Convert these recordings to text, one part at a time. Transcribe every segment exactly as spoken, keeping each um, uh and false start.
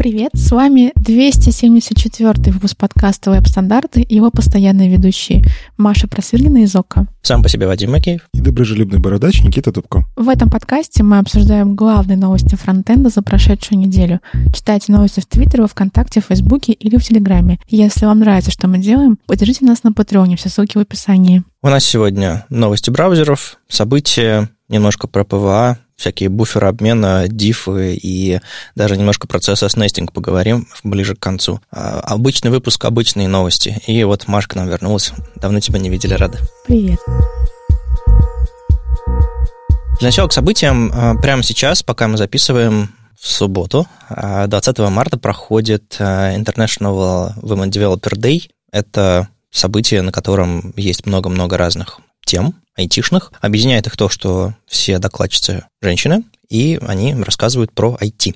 Привет, с вами двести семьдесят четвёртый выпуск подкаста «Веб-стандарты» и его постоянные ведущие Маша Просвирнина из ОККО. Сам по себе Вадим Макеев. И доброжелюбный бородач Никита Дубко. В этом подкасте мы обсуждаем главные новости фронтенда за прошедшую неделю. Читайте новости в Твиттере, во Вконтакте, в Фейсбуке или в Телеграме. Если вам нравится, что мы делаем, поддержите нас на Патреоне, все ссылки в описании. У нас сегодня новости браузеров, события, немножко про ПВА, всякие буферы обмена, дифы и даже немножко про си эс эс-нестинг поговорим ближе к концу. А, обычный выпуск, обычные новости. И вот Маша к нам вернулась. Давно тебя не видели, рада. Привет. Для начала к событиям. Прямо сейчас, пока мы записываем, в субботу, двадцатого марта, проходит International Women Developer Day. Это событие, на котором есть много-много разных тем айтишных. Объединяет их то, что все докладчицы женщины, и они рассказывают про ай ти.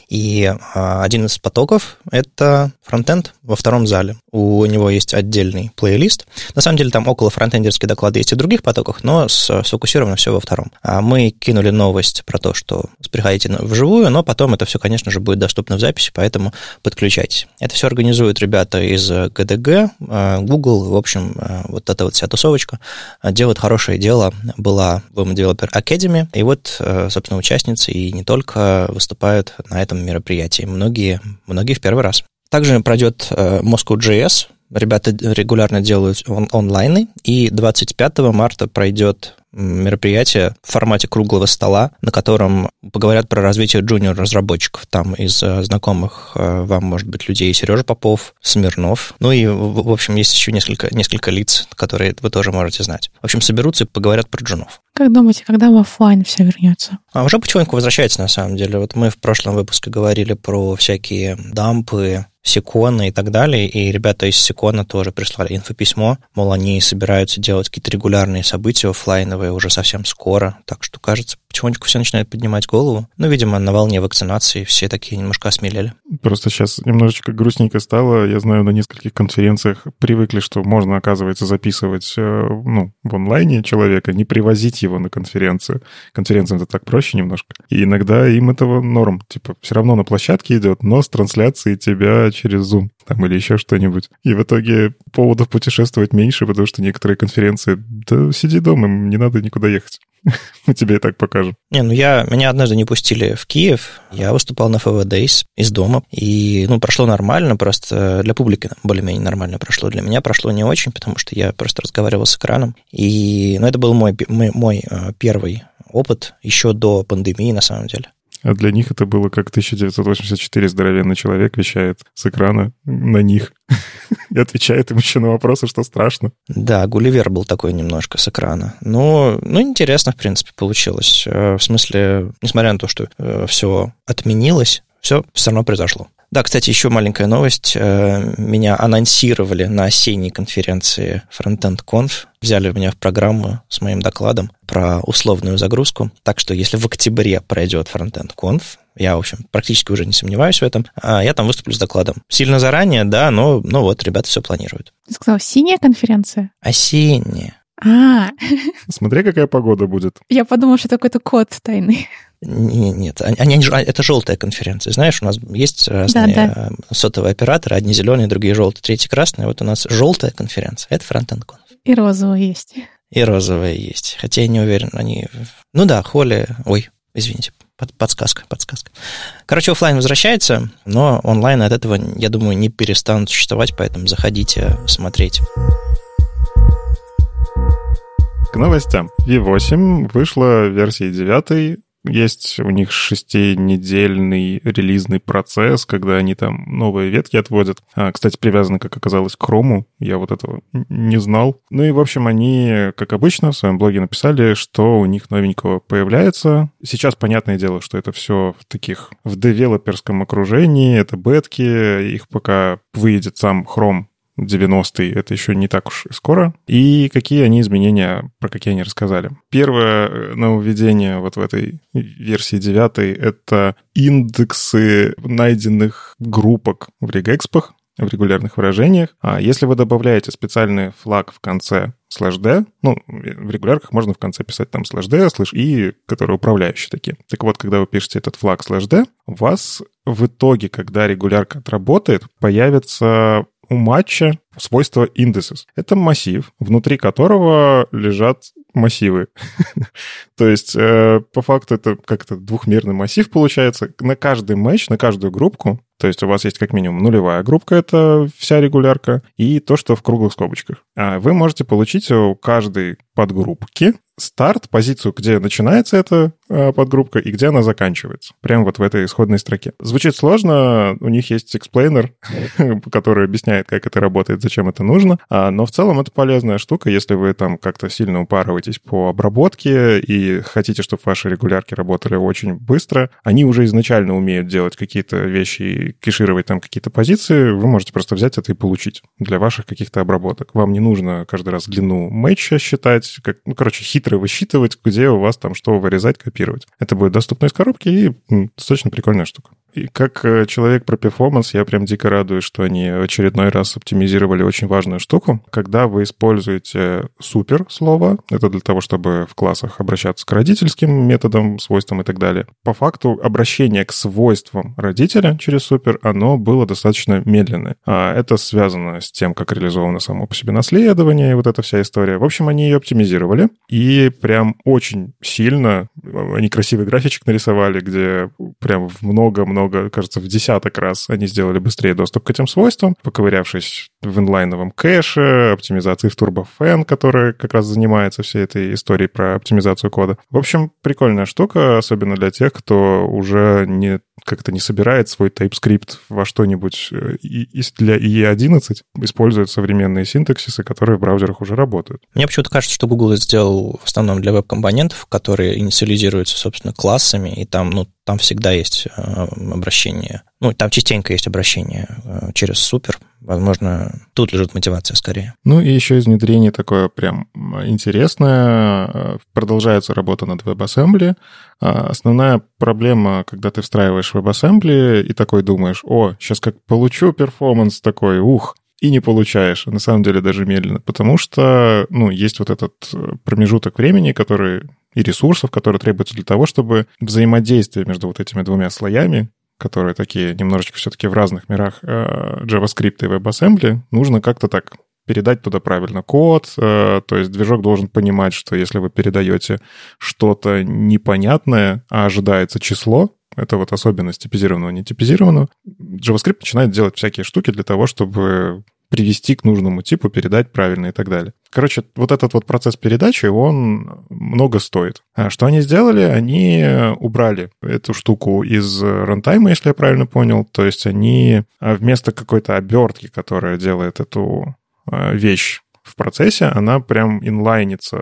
И один из потоков — это фронтенд во втором зале. У него есть отдельный плейлист. На самом деле там около фронтендерские доклады есть и в других потоках, но сфокусировано все во втором. Мы кинули новость про то, что приходите вживую, но потом это все, конечно же, будет доступно в записи, поэтому подключайтесь. Это все организуют ребята из джи ди джи, Google, в общем, вот эта вот вся тусовочка делает хорошее дело. Была Women Developer Academy, и вот, собственно, участницы и не только выступают на этом мероприятии. Многие, многие в первый раз. Также пройдет Moscow джей эс. Ребята регулярно делают он- онлайны. И двадцать пятого марта пройдет мероприятие в формате круглого стола, на котором поговорят про развитие джуниор-разработчиков. Там из знакомых вам, может быть, людей Сережа Попов, Смирнов. Ну и, в общем, есть еще несколько, несколько лиц, которые вы тоже можете знать. В общем, соберутся и поговорят про джунов. Как думаете, когда в офлайн все вернется? А уже потихоньку возвращается, на самом деле. Вот мы в прошлом выпуске говорили про всякие дампы, Секона и так далее, и ребята из Секона тоже прислали инфописьмо, мол, они собираются делать какие-то регулярные события офлайновые уже совсем скоро, так что, кажется, потихонечку все начинают поднимать голову. Ну, видимо, на волне вакцинации все такие немножко осмелели. Просто сейчас немножечко грустненько стало. Я знаю, на нескольких конференциях привыкли, что можно, оказывается, записывать ну, в онлайне человека, не привозить его на конференцию. Конференциям это так проще немножко. И иногда им этого норм. Типа, все равно на площадке идет, но с трансляцией тебя через Zoom там или еще что-нибудь. И в итоге поводов путешествовать меньше, потому что некоторые конференции, да сиди дома, не надо никуда ехать. Мы тебе и так покажем. Не, ну я, меня однажды не пустили в Киев, я выступал на эф ви Days из дома, и, ну, прошло нормально, просто для публики более-менее нормально прошло. Для меня прошло не очень, потому что я просто разговаривал с экраном, и, ну, это был мой, мой, мой первый опыт еще до пандемии, на самом деле. А для них это было как тысяча девятьсот восемьдесят четыре здоровенный человек вещает с экрана на них и отвечает им еще на вопросы, что страшно. Да, Гулливер был такой немножко с экрана. Но, ну, интересно, в принципе, получилось. В смысле, несмотря на то, что все отменилось, все все равно произошло. Да, кстати, еще маленькая новость. Меня анонсировали на осенней конференции Frontend Conf. Взяли меня в программу с моим докладом про условную загрузку. Так что, если в октябре пройдет Frontend Conf, я, в общем, практически уже не сомневаюсь в этом, я там выступлю с докладом. Сильно заранее, да, но, но вот ребята все планируют. Ты сказал, синяя конференция? Осенняя. А, Смотри, какая погода будет. я подумала, что это какой-то код тайный. Нет, нет, они, они, это желтая конференция. Знаешь, у нас есть разные да, да. сотовые операторы, одни зеленые, другие желтые, третьи красные. Вот у нас желтая конференция, это Frontend Conf. И розовая есть. И розовая есть. Хотя я не уверен, они... Ну да, Холли... Ой, извините, под, подсказка, подсказка. Короче, офлайн возвращается, но онлайн от этого, я думаю, не перестанут существовать, поэтому заходите смотреть. К новостям. ви восемь вышла версия девять. Есть у них шестинедельный релизный процесс, когда они там новые ветки отводят. А, кстати, привязаны, как оказалось, к Chrome. Я вот этого не знал. Ну и, в общем, они, как обычно, в своем блоге написали, что у них новенького появляется. Сейчас понятное дело, что это все в таких, в девелоперском окружении. Это бетки. Их пока выйдет сам Chrome девяностый, это еще не так уж и скоро. И какие они изменения, про какие они рассказали. Первое нововведение вот в этой версии девятой — это индексы найденных группок в регэкспах, в регулярных выражениях. А если вы добавляете специальный флаг в конце слэш d, ну, в регулярках можно в конце писать там слэш d, слэш i, которые управляющие такие. Так вот, когда вы пишете этот флаг слэш d, у вас в итоге, когда регулярка отработает, появится у матча свойство indices. Это массив, внутри которого лежат массивы. То есть, по факту, это как-то двухмерный массив получается. На каждый матч, на каждую группку, то есть у вас есть как минимум нулевая группка, это вся регулярка, и то, что в круглых скобочках. Вы можете получить у каждой подгруппки старт, позицию, где начинается эта подгруппка и где она заканчивается. Прямо вот в этой исходной строке. Звучит сложно, у них есть эксплейнер, который объясняет, как это работает, зачем это нужно, но в целом это полезная штука, если вы там как-то сильно упарываетесь по обработке и хотите, чтобы ваши регулярки работали очень быстро, они уже изначально умеют делать какие-то вещи и кешировать там какие-то позиции, вы можете просто взять это и получить для ваших каких-то обработок. Вам не нужно каждый раз длину матча считать, как, ну, короче, хитро высчитывать, где у вас там что вырезать, копировать. Это будет доступно из коробки и м, достаточно прикольная штука. И как человек про перформанс, я прям дико радуюсь, что они в очередной раз оптимизировали очень важную штуку. Когда вы используете супер слово, это для того, чтобы в классах обращаться к родительским методам, свойствам и так далее. По факту обращение к свойствам родителя через супер, оно было достаточно медленное. А это связано с тем, как реализовано само по себе наследование и вот эта вся история. В общем, они ее оптимизировали и прям очень сильно, они красивый графичек нарисовали, где прям в много-много много, кажется, в десяток раз они сделали быстрее доступ к этим свойствам, поковырявшись в инлайновом кэше, оптимизации в TurboFan, которая как раз занимается всей этой историей про оптимизацию кода. В общем, прикольная штука, особенно для тех, кто уже не как-то не собирает свой TypeScript во что-нибудь для и и одиннадцать, использует современные синтаксисы, которые в браузерах уже работают. Мне почему-то кажется, что Google сделал в основном для веб-компонентов, которые инициализируются, собственно, классами, и там, ну, там всегда есть э, обращение. Ну, там частенько есть обращение э, через супер. Возможно, тут лежит мотивация скорее. Ну, и еще из внедрения такое прям интересное. Продолжается работа над WebAssembly. Основная проблема, когда ты встраиваешь WebAssembly и такой думаешь, о, сейчас как получу перформанс такой, ух, и не получаешь. На самом деле даже медленно, потому что, ну, есть вот этот промежуток времени, который и ресурсов, которые требуются для того, чтобы взаимодействие между вот этими двумя слоями, которые такие немножечко все-таки в разных мирах JavaScript и WebAssembly, нужно как-то так передать туда правильно код, то есть движок должен понимать, что если вы передаете что-то непонятное, а ожидается число, это вот особенность типизированного, не типизированного, JavaScript начинает делать всякие штуки для того, чтобы привести к нужному типу, передать правильно и так далее. Короче, вот этот вот процесс передачи, он много стоит. А что они сделали? Они убрали эту штуку из рантайма, если я правильно понял. То есть они вместо какой-то обертки, которая делает эту вещь в процессе, она прям инлайнится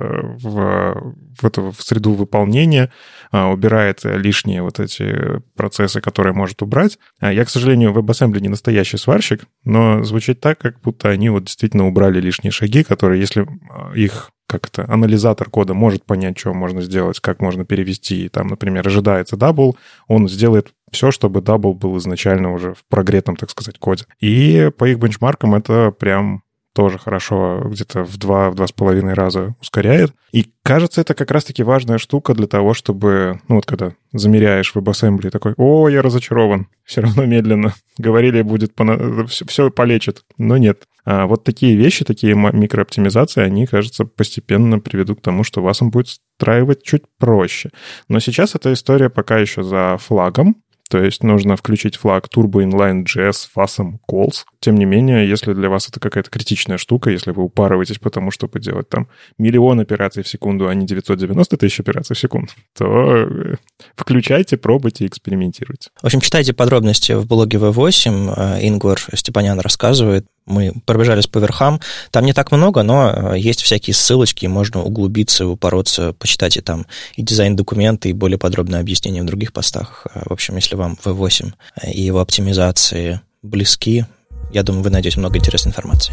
в, в эту в среду выполнения, убирает лишние вот эти процессы, которые может убрать. Я, к сожалению, в WebAssembly не настоящий сварщик, но звучит так, как будто они вот действительно убрали лишние шаги, которые, если их как-то анализатор кода может понять, что можно сделать, как можно перевести, там, например, ожидается double, он сделает все, чтобы double был изначально уже в прогретом, так сказать, коде. И по их бенчмаркам это прям тоже хорошо, где-то в два, в два с половиной раза ускоряет. И кажется, это как раз-таки важная штука для того, чтобы, ну вот когда замеряешь в WebAssembly, такой, о, я разочарован, все равно медленно. Говорили, будет, пона... все, все полечит, но нет. А вот такие вещи, такие микрооптимизации, они, кажется, постепенно приведут к тому, что вас он будет встраивать чуть проще. Но сейчас эта история пока еще за флагом. То есть нужно включить флаг Turbo Inline джей эс Fasm Calls. Тем не менее, если для вас это какая-то критичная штука, если вы упарываетесь потому, чтобы делать там миллион операций в секунду, а не девятьсот девяносто тысяч операций в секунду, то включайте, пробуйте, экспериментируйте. В общем, читайте подробности в блоге ви восемь. Ингвар Степанян рассказывает. Мы пробежались по верхам. Там не так много, но есть всякие ссылочки, можно углубиться, упороться, почитать и там и дизайн-документы, и более подробное объяснение в других постах. В общем, если вам ви восемь и его оптимизации близки, я думаю, вы найдете много интересной информации.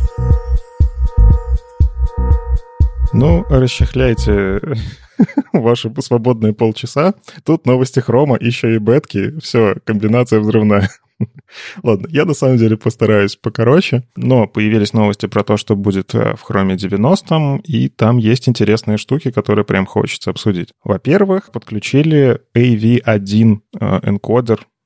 Ну, расчехляйте ваши свободные полчаса. Тут новости Хрома, еще и бетки. Все, комбинация взрывная. Ладно, я на самом деле постараюсь покороче, но появились новости про то, что будет в Chrome девяносто, и там есть интересные штуки, которые прям хочется обсудить. Во-первых, подключили эй ви один энкодер.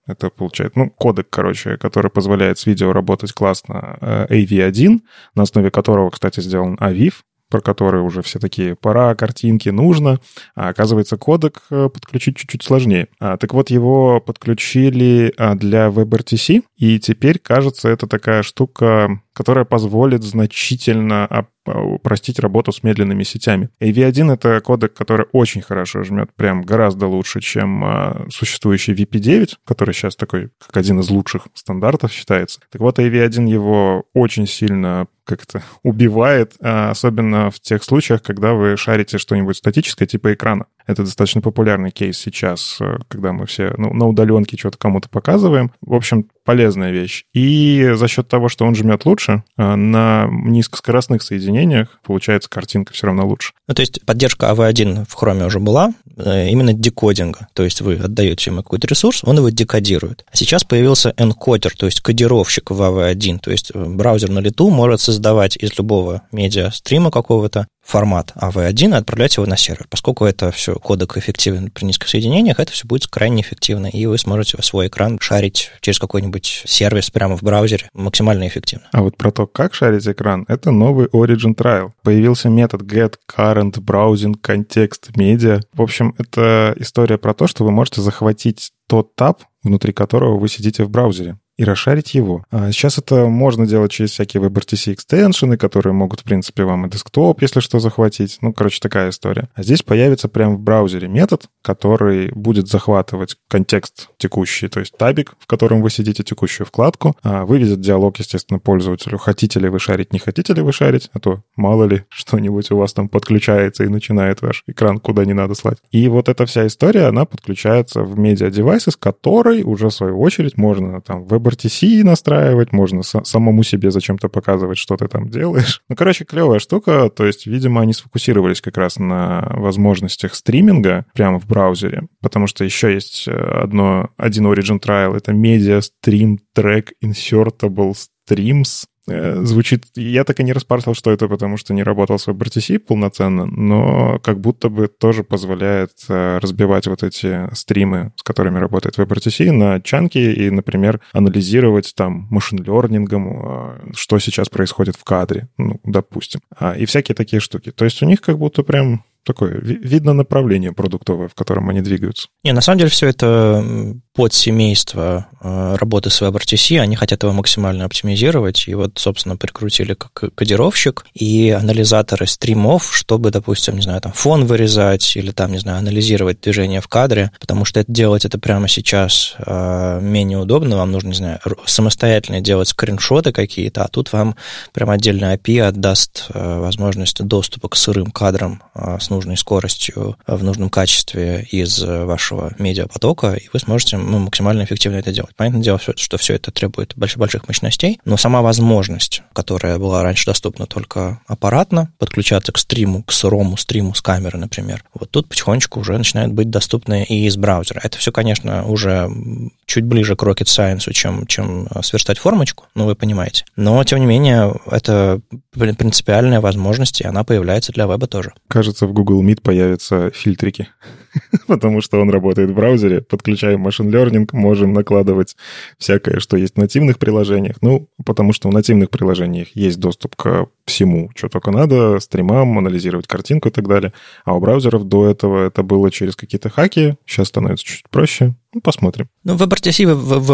Это получается, ну, кодек, короче, который позволяет с видео работать классно, эй ви один, на основе которого, кстати, сделан Авив, про которые уже все такие, пора, картинки, нужно. А оказывается, кодек подключить чуть-чуть сложнее. А, так вот, его подключили для WebRTC, и теперь, кажется, это такая штука, которая позволит значительно упростить работу с медленными сетями. эй ви один — это кодек, который очень хорошо жмет, прям гораздо лучше, чем существующий ви пи девять, который сейчас такой, как один из лучших стандартов считается. Так вот, эй ви один его очень сильно как-то убивает, особенно в тех случаях, когда вы шарите что-нибудь статическое, типа экрана. Это достаточно популярный кейс сейчас, когда мы все ну, на удаленке что-то кому-то показываем. В общем, полезная вещь. И за счет того, что он жмет лучше, на низкоскоростных соединениях получается картинка все равно лучше. Ну, то есть поддержка эй ви один в Chrome уже была, именно декодинга. То есть вы отдаете ему какой-то ресурс, он его декодирует. А сейчас появился энкодер, то есть кодировщик в эй ви один. То есть браузер на лету может создавать из любого медиа-стрима какого-то формат эй ви один и отправлять его на сервер. Поскольку это все кодек эффективен при низких соединениях, это все будет крайне эффективно, и вы сможете свой экран шарить через какой-нибудь сервис прямо в браузере максимально эффективно. А вот про то, как шарить экран, это новый Origin Trial. Появился метод get current browsing context media. В общем, это история про то, что вы можете захватить тот таб, внутри которого вы сидите в браузере, и расшарить его. А сейчас это можно делать через всякие WebRTC экстеншены, которые могут, в принципе, вам и десктоп, если что, захватить. Ну, короче, такая история. А здесь появится прямо в браузере метод, который будет захватывать контекст текущий, то есть табик, в котором вы сидите, текущую вкладку, а выведет диалог, естественно, пользователю, хотите ли вы шарить, не хотите ли вы шарить, а то мало ли что-нибудь у вас там подключается и начинает ваш экран куда не надо слать. И вот эта вся история, она подключается в медиа-девайсы, с которой уже, в свою очередь, можно там в WebRTC настраивать, можно с- самому себе зачем-то показывать, что ты там делаешь. Ну, короче, клевая штука. То есть, видимо, они сфокусировались как раз на возможностях стриминга прямо в браузере, потому что еще есть одно, один Origin Trial, это Media Stream Track Insertable Streams. Звучит... Я так и не распарсил, что это, потому что не работал с WebRTC полноценно, но как будто бы тоже позволяет разбивать вот эти стримы, с которыми работает WebRTC, на чанки и, например, анализировать там машин-лернингом, что сейчас происходит в кадре, ну, допустим, и всякие такие штуки. То есть у них как будто прям такое видно направление продуктовое, в котором они двигаются. Не, на самом деле все это подсемейство работы с WebRTC, они хотят его максимально оптимизировать, и вот, собственно, прикрутили как кодировщик и анализаторы стримов, чтобы, допустим, не знаю, там фон вырезать или там, не знаю, анализировать движение в кадре, потому что это делать это прямо сейчас менее удобно, вам нужно, не знаю, самостоятельно делать скриншоты какие-то, а тут вам прям отдельно эй пи ай отдаст возможность доступа к сырым кадрам с нужной скоростью, в нужном качестве из вашего медиапотока, и вы сможете ну, максимально эффективно это делать. Понятное дело, что все это требует больших мощностей, но сама возможность, которая была раньше доступна только аппаратно, подключаться к стриму, к сырому стриму с камеры, например, вот тут потихонечку уже начинает быть доступны и из браузера. Это все, конечно, уже чуть ближе к rocket science, чем, чем сверстать формочку, ну, вы понимаете. Но, тем не менее, это принципиальная возможность, и она появляется для веба тоже. Кажется, в Google Meet появятся фильтрики, потому что он работает в браузере, подключаем машин learning, можем накладывать всякое, что есть в нативных приложениях, ну, потому что в нативных приложениях есть доступ ко всему, что только надо, стримам, анализировать картинку и так далее, а у браузеров до этого это было через какие-то хаки, сейчас становится чуть проще. Ну, посмотрим. Ну, WebRTC,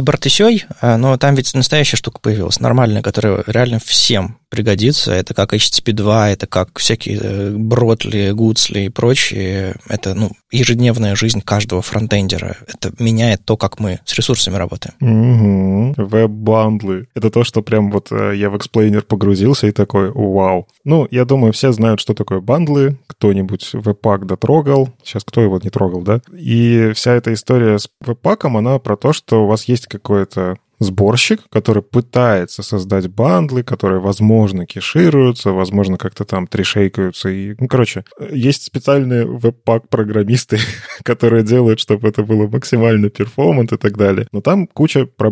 WebRTC, но там ведь настоящая штука появилась, нормальная, которая реально всем пригодится. Это как эйч ти ти пи два, это как всякие бротли, гудсли и прочие. Это, ну, ежедневная жизнь каждого фронтендера. Это меняет то, как мы с ресурсами работаем. Угу. Веб-бандлы. Это то, что прям вот я в эксплейнер погрузился и такой, вау. Ну, я думаю, все знают, что такое бандлы. Кто-нибудь веб-пак дотрогал. Сейчас кто его не трогал, да? И вся эта история с веб-паком, она про то, что у вас есть какое-то сборщик, который пытается создать бандлы, которые, возможно, кешируются, возможно, как-то там трешейкаются. И, ну, короче, есть специальные веб-пак-программисты, которые делают, чтобы это было максимально перформант и так далее. Но там куча проблем.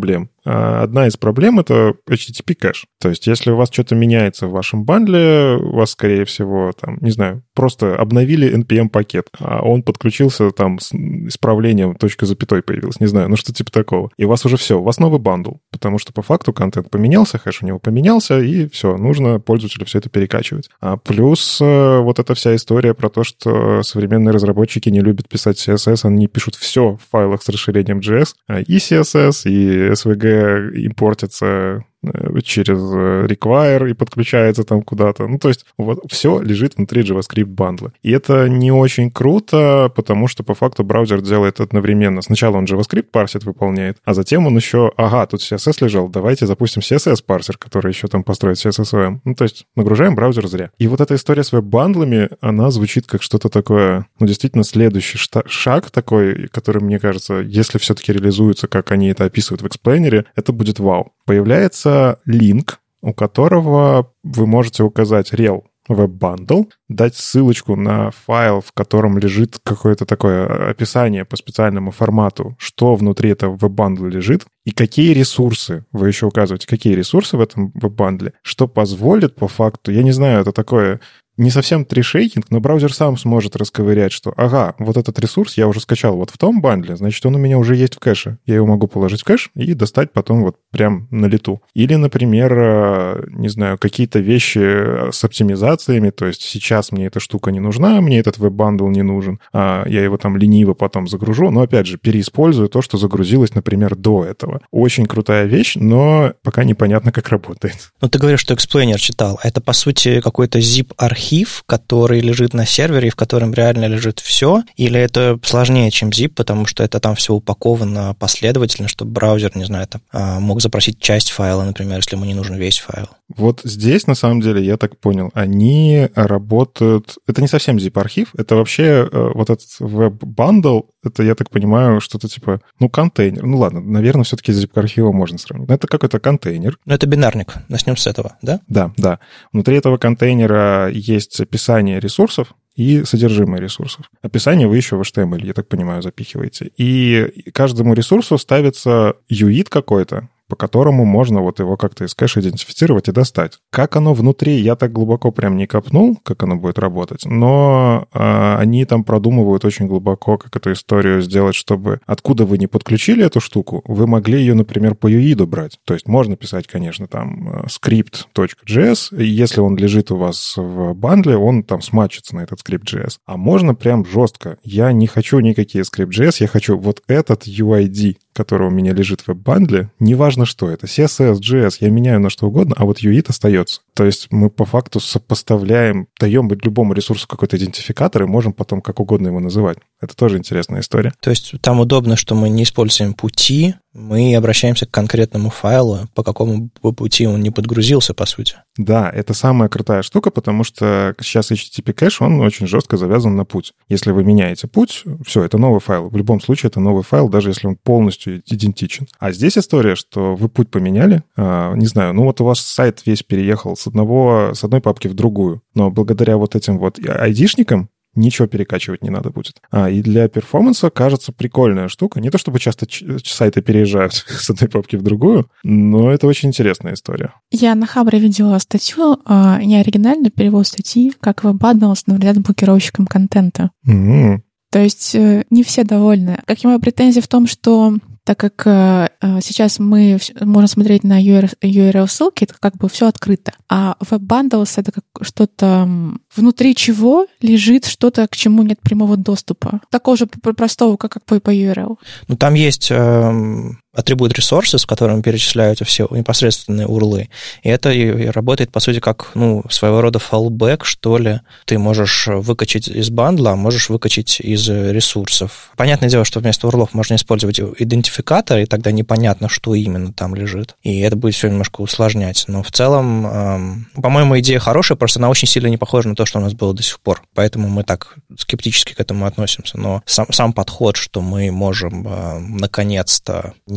одна из проблем — это эйч ти ти пи кэш. То есть если у вас что-то меняется в вашем бандле, у вас, скорее всего, там, не знаю, просто обновили эн пи эм-пакет, а он подключился там с исправлением, точка запятой появилась, не знаю, ну что типа такого. И у вас уже все, у вас новый бандл, потому что по факту контент поменялся, хэш у него поменялся, и все, нужно пользователю все это перекачивать. А плюс вот эта вся история про то, что современные разработчики не любят писать си эс эс, они пишут все в файлах с расширением джей эс, и си эс эс, и эс ви джи импортятся через require и подключается там куда-то. Ну, то есть вот все лежит внутри JavaScript бандла. И это не очень круто, потому что по факту браузер делает одновременно. Сначала он JavaScript парсит, выполняет, а затем он еще, ага, тут си эс эс лежал, давайте запустим си эс эс-парсер, который еще там построит си эс эс о эм. Ну, то есть нагружаем браузер зря. И вот эта история с веб-бандлами, она звучит как что-то такое, ну, действительно, следующий шаг такой, который, мне кажется, если все-таки реализуется, как они это описывают в эксплейнере, это будет вау. Появляется линк, у которого вы можете указать rel веб-бандл, дать ссылочку на файл, в котором лежит какое-то такое описание по специальному формату, что внутри этого веб-бандла лежит, и какие ресурсы, вы еще указываете, какие ресурсы в этом веб-бандле, что позволит по факту, я не знаю, это такое не совсем трешейкинг, но браузер сам сможет расковырять, что ага, вот этот ресурс я уже скачал вот в том бандле, значит, он у меня уже есть в кэше. Я его могу положить в кэш и достать потом вот прям на лету. Или, например, не знаю, какие-то вещи с оптимизациями, то есть сейчас мне эта штука не нужна, мне этот веб-бандл не нужен, а я его там лениво потом загружу, но, опять же, переиспользую то, что загрузилось, например, до этого. Очень крутая вещь, но пока непонятно, как работает. Ну, ты говоришь, что эксплейнер читал. Это, по сути, какой-то zip-архив, архив, который лежит на сервере, в котором реально лежит все, или это сложнее, чем zip, потому что это там все упаковано последовательно, чтобы браузер, не знаю, там, мог запросить часть файла, например, если ему не нужен весь файл. Вот здесь, на самом деле, я так понял, они работают... Это не совсем zip-архив, это вообще вот этот веб-бандл, это, я так понимаю, что-то типа, ну, контейнер. Ну, ладно, наверное, все-таки с zip-архивом можно сравнить. Но это какой-то контейнер. Ну, это бинарник. Начнем с этого, да? Да, да. Внутри этого контейнера есть описание ресурсов и содержимое ресурсов. Описание вы еще в эйч ти эм эль, я так понимаю, запихиваете. И каждому ресурсу ставится ю ай ди какой-то, по которому можно вот его как-то из кэша идентифицировать и достать. Как оно внутри, я так глубоко прям не копнул, как оно будет работать, но э, они там продумывают очень глубоко, как эту историю сделать, чтобы откуда вы не подключили эту штуку, вы могли ее, например, по ю ай ди брать. То есть можно писать, конечно, там script.js, и если он лежит у вас в бандле, он там сматчится на этот script.js. А можно прям жестко. Я не хочу никакие script.js, я хочу вот этот ю ай ди, который у меня лежит в веб-бандле, неважно, что это, си эс эс, джей эс, я меняю на что угодно, а вот ю ай ди остается. То есть мы по факту сопоставляем, даем любому ресурсу какой-то идентификатор и можем потом как угодно его называть. Это тоже интересная история. То есть там удобно, что мы не используем пути, мы обращаемся к конкретному файлу, по какому бы пути он не подгрузился, по сути. Да, это самая крутая штука, потому что сейчас эйч ти ти пи кэш, он очень жестко завязан на путь. Если вы меняете путь, все, это новый файл. В любом случае это новый файл, даже если он полностью идентичен. А здесь история, что вы путь поменяли, а, не знаю, ну вот у вас сайт весь переехал с одного, с одной папки в другую, но благодаря вот этим вот айдишникам ничего перекачивать не надо будет. А, и для перформанса, кажется, прикольная штука. Не то чтобы часто ч- сайты переезжают с одной папки в другую, но это очень интересная история. Я на Хабре видела статью, а, не оригинальный перевод статьи, как веб-бандл навредят блокировщикам контента. Mm-hmm. То есть не все довольны. Как и моя претензия в том, что так как э, сейчас мы можем смотреть на ю ар эл-ссылки, это как бы все открыто. А веб-бандлс — это как что-то, внутри чего лежит что-то, к чему нет прямого доступа. Такого же простого, как, как по, по ю ар эл. Ну, там есть э, атрибут resources, в котором перечисляются все непосредственные урлы. И это и работает, по сути, как ну, своего рода fallback, что ли. Ты можешь выкачать из бандла, а можешь выкачать из ресурсов. Понятное дело, что вместо урлов можно использовать идентификатор, и тогда непонятно, что именно там лежит. И это будет все немножко усложнять. Но в целом, эм, по-моему, идея хорошая, просто она очень сильно не похожа на то, что у нас было до сих пор. Поэтому мы так скептически к этому относимся. Но сам, сам подход, что мы можем э, наконец-то не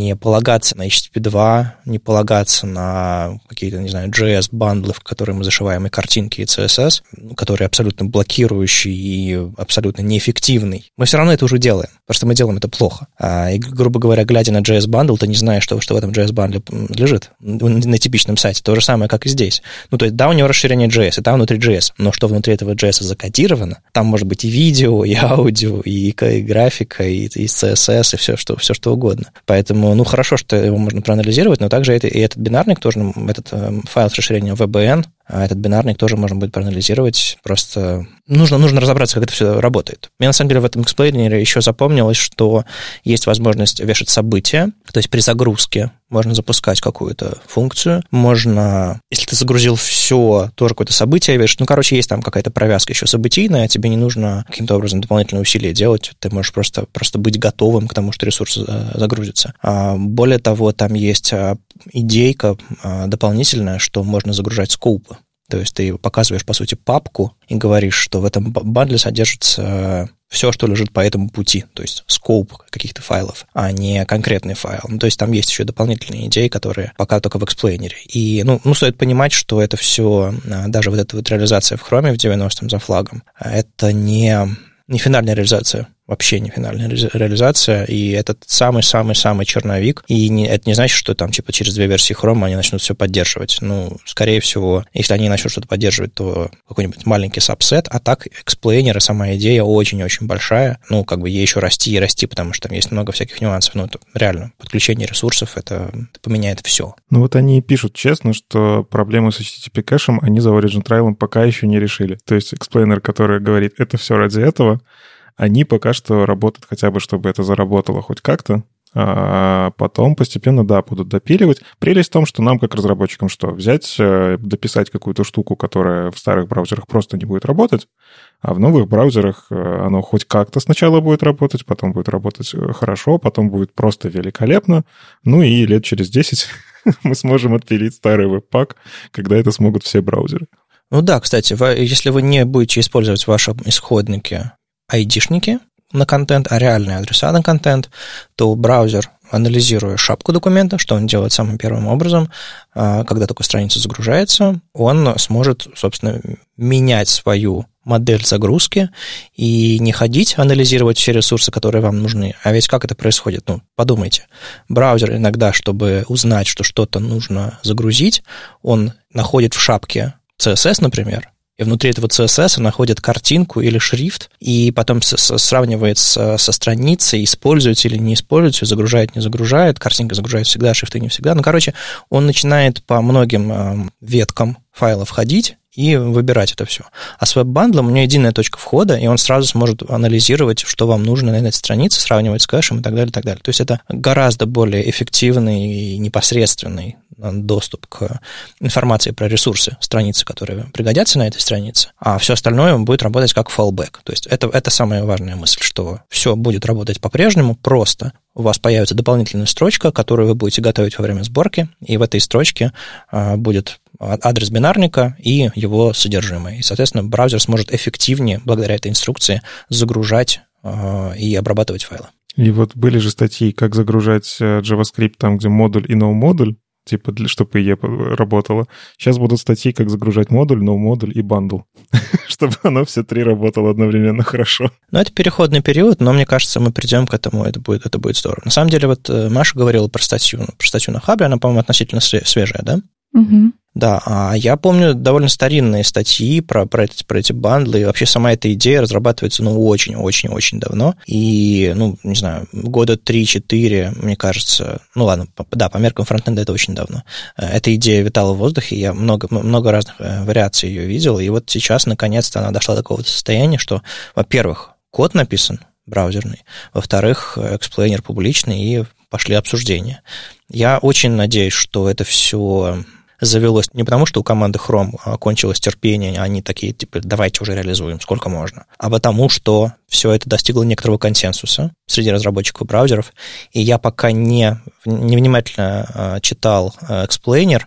не полагаться на эйч ти ти пи два, не полагаться на какие-то, не знаю, джей эс-бандлы, в которые мы зашиваем и картинки, и си эс эс, которые абсолютно блокирующие и абсолютно неэффективный. Мы все равно это уже делаем, потому что мы делаем это плохо. И, грубо говоря, глядя на джей эс-бандл, ты не знаешь, что, что в этом джей эс-бандле лежит на типичном сайте. То же самое, как и здесь. Ну, то есть, да, у него расширение джей эс, и там внутри джей эс, но что внутри этого джей эс закодировано, там может быть и видео, и аудио, и, и графика, и, и си эс эс, и все что, все, что угодно. Поэтому, ну, хорошо, что его можно проанализировать, но также это, и этот бинарник тоже, этот э, файл с расширением ви би эн, а этот бинарник тоже можно будет проанализировать. Просто нужно, нужно разобраться, как это все работает. Мне, на самом деле, в этом эксплейнере еще запомнилось, что есть возможность вешать события, то есть при загрузке можно запускать какую-то функцию, можно, если ты загрузил все, тоже какое-то событие вешать. Ну, короче, есть там какая-то провязка еще событийная, тебе не нужно каким-то образом дополнительные усилия делать, ты можешь просто, просто быть готовым к тому, что ресурс загрузится. Более того, там есть идейка дополнительная, что можно загружать скоупы. То есть ты показываешь, по сути, папку и говоришь, что в этом бандле содержится все, что лежит по этому пути, то есть скоуп каких-то файлов, а не конкретный файл. Ну, то есть там есть еще дополнительные идеи, которые пока только в эксплейнере. И, ну, ну стоит понимать, что это все, даже вот эта вот реализация в Chrome в девяностом за флагом, это не, не финальная реализация. Вообще не финальная реализация, и это самый-самый-самый черновик, и не, это не значит, что там типа через две версии Chrome они начнут все поддерживать. Ну, скорее всего, если они начнут что-то поддерживать, то какой-нибудь маленький сабсет, а так эксплейнер и сама идея очень-очень большая, ну, как бы ей еще расти и расти, потому что там есть много всяких нюансов, ну, это реально, подключение ресурсов, это, это поменяет все. Ну, вот они пишут честно, что проблемы с эйч ти ти пи кэшем они за Origin Trial пока еще не решили. То есть эксплейнер, который говорит, это все ради этого, они пока что работают хотя бы, чтобы это заработало хоть как-то, а потом постепенно, да, будут допиливать. Прелесть в том, что нам, как разработчикам, что взять, дописать какую-то штуку, которая в старых браузерах просто не будет работать, а в новых браузерах оно хоть как-то сначала будет работать, потом будет работать хорошо, потом будет просто великолепно, ну и лет через десять мы сможем отпилить старый веб-пак, когда это смогут все браузеры. Ну да, кстати, если вы не будете использовать в вашем исходнике айдишники на контент, а реальные адреса на контент, то браузер, анализируя шапку документа, что он делает самым первым образом, когда такая страница загружается, он сможет, собственно, менять свою модель загрузки и не ходить, анализировать все ресурсы, которые вам нужны. А ведь как это происходит? Ну, подумайте. Браузер иногда, чтобы узнать, что что-то нужно загрузить, он находит в шапке си эс эс, например, и внутри этого си эс эс находит картинку или шрифт, и потом с- с- сравнивает с- со страницей, используется или не используется, загружает, не загружает, картинка загружает всегда, шрифты не всегда. Ну, короче, он начинает по многим э, веткам файлов ходить и выбирать это все. А с веб-бандлом у него единая точка входа, и он сразу сможет анализировать, что вам нужно на этой странице, сравнивать с кэшем и так далее, и так далее. То есть это гораздо более эффективный и непосредственный доступ к информации про ресурсы страницы, которые пригодятся на этой странице, а все остальное будет работать как fallback. То есть это, это самая важная мысль, что все будет работать по-прежнему, просто у вас появится дополнительная строчка, которую вы будете готовить во время сборки, и в этой строчке а, будет адрес бинарника и его содержимое. И, соответственно, браузер сможет эффективнее, благодаря этой инструкции, загружать а, и обрабатывать файлы. И вот были же статьи, как загружать JavaScript там, где модуль и no-модуль, типа, для, чтобы и и работало. Сейчас будут статьи, как загружать модуль, no-модуль и бандл, чтобы оно все три работало одновременно хорошо. Ну, это переходный период, но мне кажется, мы придем к этому, это будет, это будет здорово. На самом деле, вот Маша говорила про статью, про статью на Хабре, она, по-моему, относительно свежая, да? Угу. Да, а я помню довольно старинные статьи про, про, эти, про эти бандлы, и вообще сама эта идея разрабатывается, ну, очень-очень-очень давно, и, ну, не знаю, года три-четыре, мне кажется, ну, ладно, по, да, по меркам фронтенда это очень давно. Эта идея витала в воздухе, я много, много разных вариаций ее видел, и вот сейчас, наконец-то, она дошла до такого состояния, что, во-первых, код написан браузерный, во-вторых, эксплейнер публичный, и пошли обсуждения. Я очень надеюсь, что это все завелось не потому, что у команды Chrome кончилось терпение, они такие, типа, давайте уже реализуем, сколько можно, а потому что все это достигло некоторого консенсуса среди разработчиков браузеров, и я пока не, невнимательно читал эксплейнер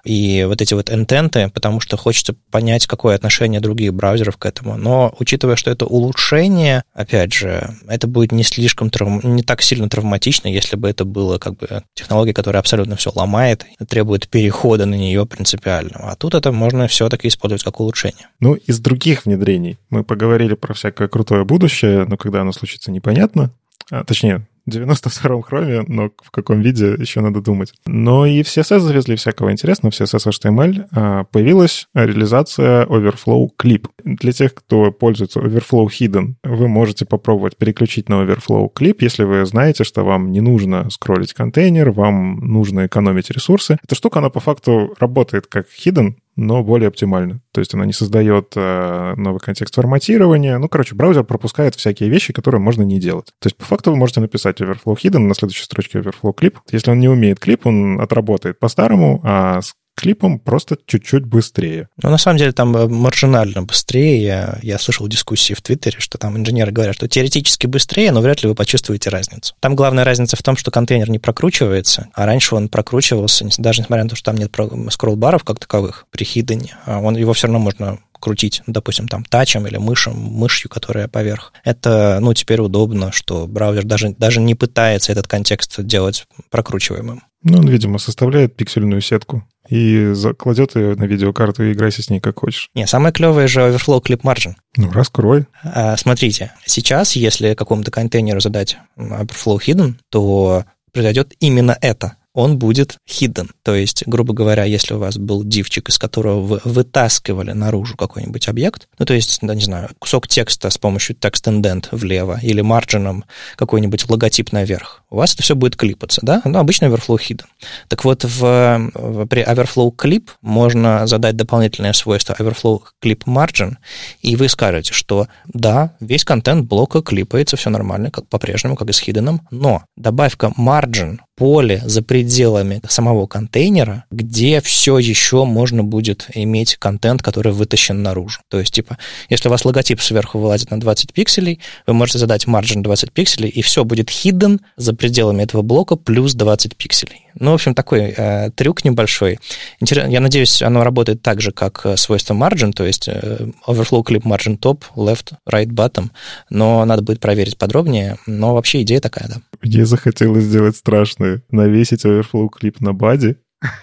и вот эти вот интенты, потому что хочется понять, какое отношение других браузеров к этому. Но учитывая, что это улучшение, опять же, это будет не слишком травм... не так сильно травматично, если бы это было как бы технология, которая абсолютно все ломает, требует перехода на нее принципиального. А тут это можно все-таки использовать как улучшение. Ну, из других внедрений мы поговорили про всякое крутое будущее, но когда оно случится, непонятно. А, точнее, в девяносто втором хроме, но в каком виде, еще надо думать. Но и в си эс эс завезли всякого интересного, в си эс эс эйч ти эм эль а, появилась реализация Overflow Clip. Для тех, кто пользуется Overflow Hidden, вы можете попробовать переключить на Overflow Clip, если вы знаете, что вам не нужно скроллить контейнер, вам нужно экономить ресурсы. Эта штука, она по факту работает как Hidden, но более оптимально. То есть она не создает э, новый контекст форматирования. Ну, короче, браузер пропускает всякие вещи, которые можно не делать. То есть по факту вы можете написать Overflow Hidden на следующей строчке Overflow Clip. Если он не умеет клип, он отработает по-старому, а с клипом просто чуть-чуть быстрее. Ну, на самом деле, там маржинально быстрее. Я, я слышал дискуссии в Твиттере, что там инженеры говорят, что теоретически быстрее, но вряд ли вы почувствуете разницу. Там главная разница в том, что контейнер не прокручивается, а раньше он прокручивался, даже несмотря на то, что там нет скролл-баров как таковых при хиддене, он, его все равно можно крутить, допустим, там тачем или мышем, мышью, которая поверх. Это, ну, теперь удобно, что браузер даже, даже не пытается этот контекст делать прокручиваемым. Ну, он, видимо, составляет пиксельную сетку и кладет ее на видеокарту и играйся с ней как хочешь. Не, самое клевое же Overflow Clip Margin. Ну, раскрой. А, смотрите, сейчас, если какому-то контейнеру задать Overflow Hidden, то произойдет именно это. Он будет hidden. То есть, грубо говоря, если у вас был дивчик, из которого вы вытаскивали наружу какой-нибудь объект, ну, то есть, да, не знаю, кусок текста с помощью text-indent влево или марджином какой-нибудь логотип наверх, у вас это все будет клипаться, да? Ну, обычно Overflow hidden. Так вот, в, в, при Overflow Clip можно задать дополнительное свойство Overflow Clip Margin, и вы скажете, что да, весь контент блока клипается, все нормально, как по-прежнему, как и с hidden, но добавь-ка margin, поле за пределами самого контейнера, где все еще можно будет иметь контент, который вытащен наружу. То есть, типа, если у вас логотип сверху вылазит на двадцать пикселей, вы можете задать margin двадцать пикселей, и все будет hidden за пределами этого блока плюс двадцать пикселей. Ну, в общем, такой э, трюк небольшой. Интерес, я надеюсь, оно работает так же, как свойство margin, то есть э, Overflow Clip Margin Top, Left, Right, Bottom, но надо будет проверить подробнее, но вообще идея такая, да. Мне захотелось сделать страшное, навесить Overflow Clip на баде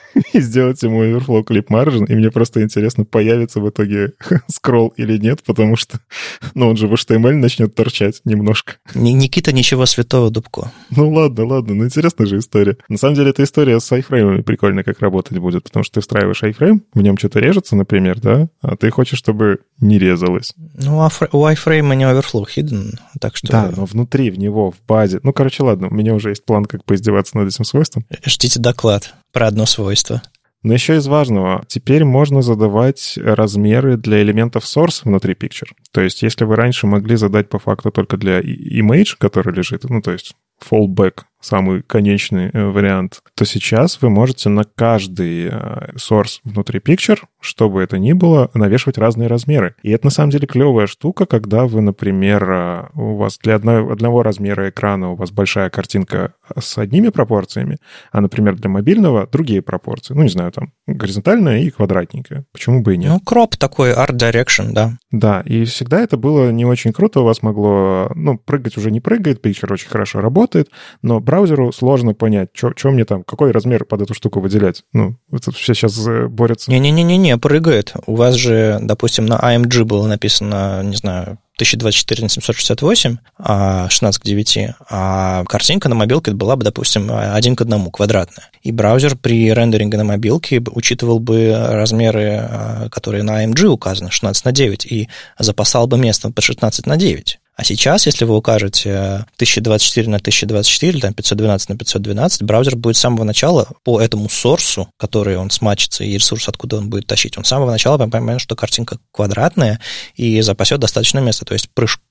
и сделать ему Overflow Clip Margin, и мне просто интересно, появится в итоге скролл или нет, потому что, ну, он же в эйч ти эм эль начнет торчать немножко. Никита, ничего святого, Дубко. Ну, ладно, ладно, ну, интересная же история. На самом деле, эта история с айфреймами прикольно как работать будет, потому что ты встраиваешь айфрейм, в нем что-то режется, например, да, а ты хочешь, чтобы не резалось. Ну, у айфрейма не Overflow Hidden, так что... Да, но внутри, в него, в базе... Ну, короче, ладно, у меня уже есть план, как поиздеваться над этим свойством. Ждите доклад про одно свойство. Но еще из важного, теперь можно задавать размеры для элементов source внутри picture. То есть, если вы раньше могли задать по факту только для image, который лежит, ну, то есть fallback, самый конечный вариант, то сейчас вы можете на каждый source внутри picture, что бы это ни было, навешивать разные размеры. И это на самом деле клевая штука, когда вы, например, у вас для одного, одного размера экрана у вас большая картинка с одними пропорциями, а, например, для мобильного другие пропорции. Ну, не знаю, там горизонтальная и квадратненькая. Почему бы и нет? Ну, кроп такой, art direction, да. Да, и всегда это было не очень круто. У вас могло, ну, прыгать уже не прыгает, picture очень хорошо работает, но браузеру сложно понять, что мне там, какой размер под эту штуку выделять. Ну, это все сейчас борются. Не-не-не-не, прыгает. У вас же, допустим, на эй эм джи было написано, не знаю, тысяча двадцать четыре на семьсот шестьдесят восемь, шестнадцать к девяти, а картинка на мобилке была бы, допустим, один к одному, квадратная. И браузер при рендеринге на мобилке учитывал бы размеры, которые на эй эм джи указаны, шестнадцать на девять, и запасал бы место под шестнадцать на девять. А сейчас, если вы укажете тысяча двадцать четыре на тысяча двадцать четыре, там пятьсот двенадцать на пятьсот двенадцать, браузер будет с самого начала по этому сорсу, который он смачится, и ресурс, откуда он будет тащить, он с самого начала поймет, что картинка квадратная, и запасет достаточно места. То есть прыж,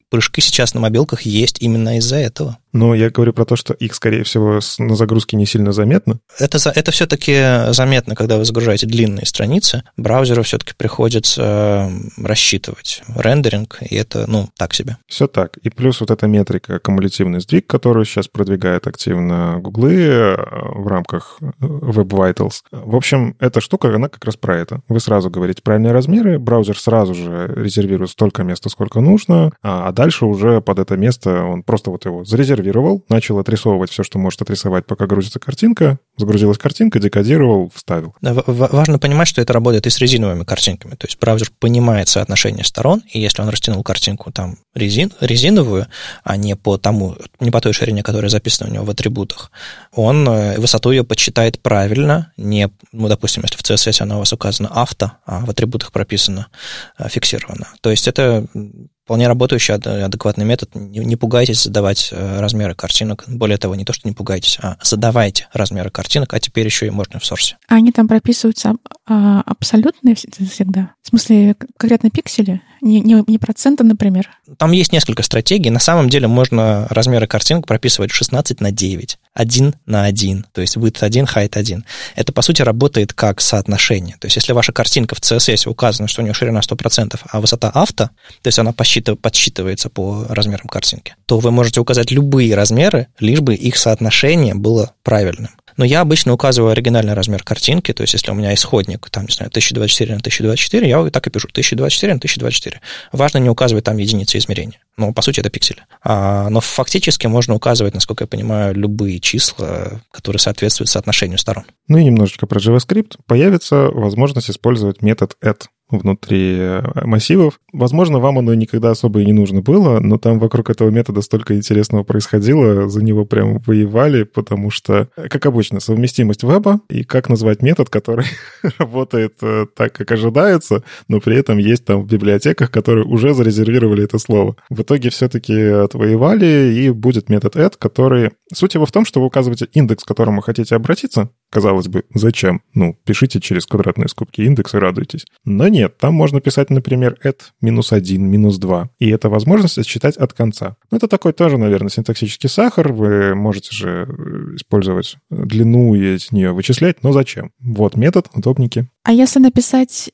прыжки сейчас на мобилках есть именно из-за этого. Но я говорю про то, что их, скорее всего, на загрузке не сильно заметно. Это, это все-таки заметно, когда вы загружаете длинные страницы. Браузеру все-таки приходится рассчитывать рендеринг, и это, ну, так себе. Все так. И плюс вот эта метрика кумулятивный сдвиг, которую сейчас продвигает активно Гуглы в рамках Web Vitals. В общем, эта штука, она как раз про это. Вы сразу говорите правильные размеры, браузер сразу же резервирует столько места, сколько нужно, а дальше уже под это место он просто вот его зарезервирует, начал отрисовывать все, что может отрисовать, пока грузится картинка. Загрузилась картинка, декодировал, вставил. Важно понимать, что это работает и с резиновыми картинками. То есть браузер понимает соотношение сторон, и если он растянул картинку там резин, резиновую, а не по тому, не по той ширине, которая записана у него в атрибутах, он высоту ее подсчитает правильно, не, ну, допустим, если в си эс эс она у вас указана авто, а в атрибутах прописано фиксировано. То есть это вполне работающий, адекватный метод. Не, не пугайтесь задавать размеры картинок. Более того, не то, что не пугайтесь, а задавайте размеры картинок, а теперь еще и можно в сорсе. А они там прописываются а, абсолютные всегда? В смысле, конкретно пиксели? Не, не, не проценты, например? Там есть несколько стратегий. На самом деле можно размеры картинок прописывать шестнадцать на девять, один на один, то есть width один, height один. Это, по сути, работает как соотношение. То есть если ваша картинка в си эс эс указана, что у нее ширина сто процентов, а высота авто, то есть она подсчитывается по размерам картинки, то вы можете указать любые размеры, лишь бы их соотношение было правильным. Но я обычно указываю оригинальный размер картинки, то есть если у меня исходник, там, не знаю, тысяча двадцать четыре на тысяча двадцать четыре, я так и пишу, тысяча двадцать четыре на тысяча двадцать четыре. Важно не указывать там единицы измерения. Ну, по сути, это пиксели. А, но фактически можно указывать, насколько я понимаю, любые числа, которые соответствуют соотношению сторон. Ну и немножечко про JavaScript. Появится возможность использовать метод add внутри массивов. Возможно, вам оно никогда особо и не нужно было, но там вокруг этого метода столько интересного происходило, за него прям воевали, потому что, как обычно, совместимость веба и как назвать метод, который работает так, как ожидается, но при этом есть там в библиотеках, которые уже зарезервировали это слово. В итоге все-таки отвоевали, и будет метод add, который... Суть его в том, что вы указываете индекс, к которому хотите обратиться. Казалось бы, зачем? Ну, пишите через квадратные скобки индекс и радуйтесь. Но нет, там можно писать, например, add минус один, минус два. И это возможность отсчитать от конца. Ну, это такой тоже, наверное, синтаксический сахар. Вы можете же использовать длину и из нее вычислять, но зачем? Вот метод, удобненький. А если написать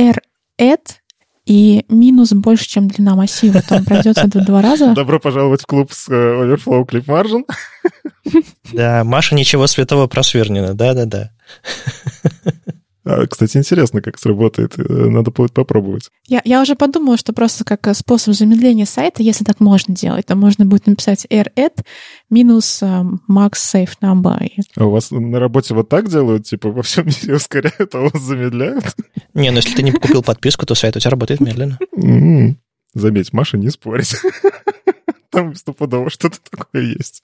radd и минус больше, чем длина массива, то он пройдется в два раза? Добро пожаловать в клуб с Overflow Clip Margin. Да, Маша ничего святого про Свернина, да-да-да. Кстати, интересно, как сработает. Надо будет попробовать. Я, я уже подумала, что просто как способ замедления сайта, если так можно делать, то можно будет написать radd минус um, max safe number. А у вас на работе вот так делают? Типа во всем мире ускоряют, а у вас замедляют? Не, ну если ты не купил подписку, то сайт у тебя работает медленно. Mm-hmm. Заметь, Маша не спорит. Там стопудово что-то такое есть.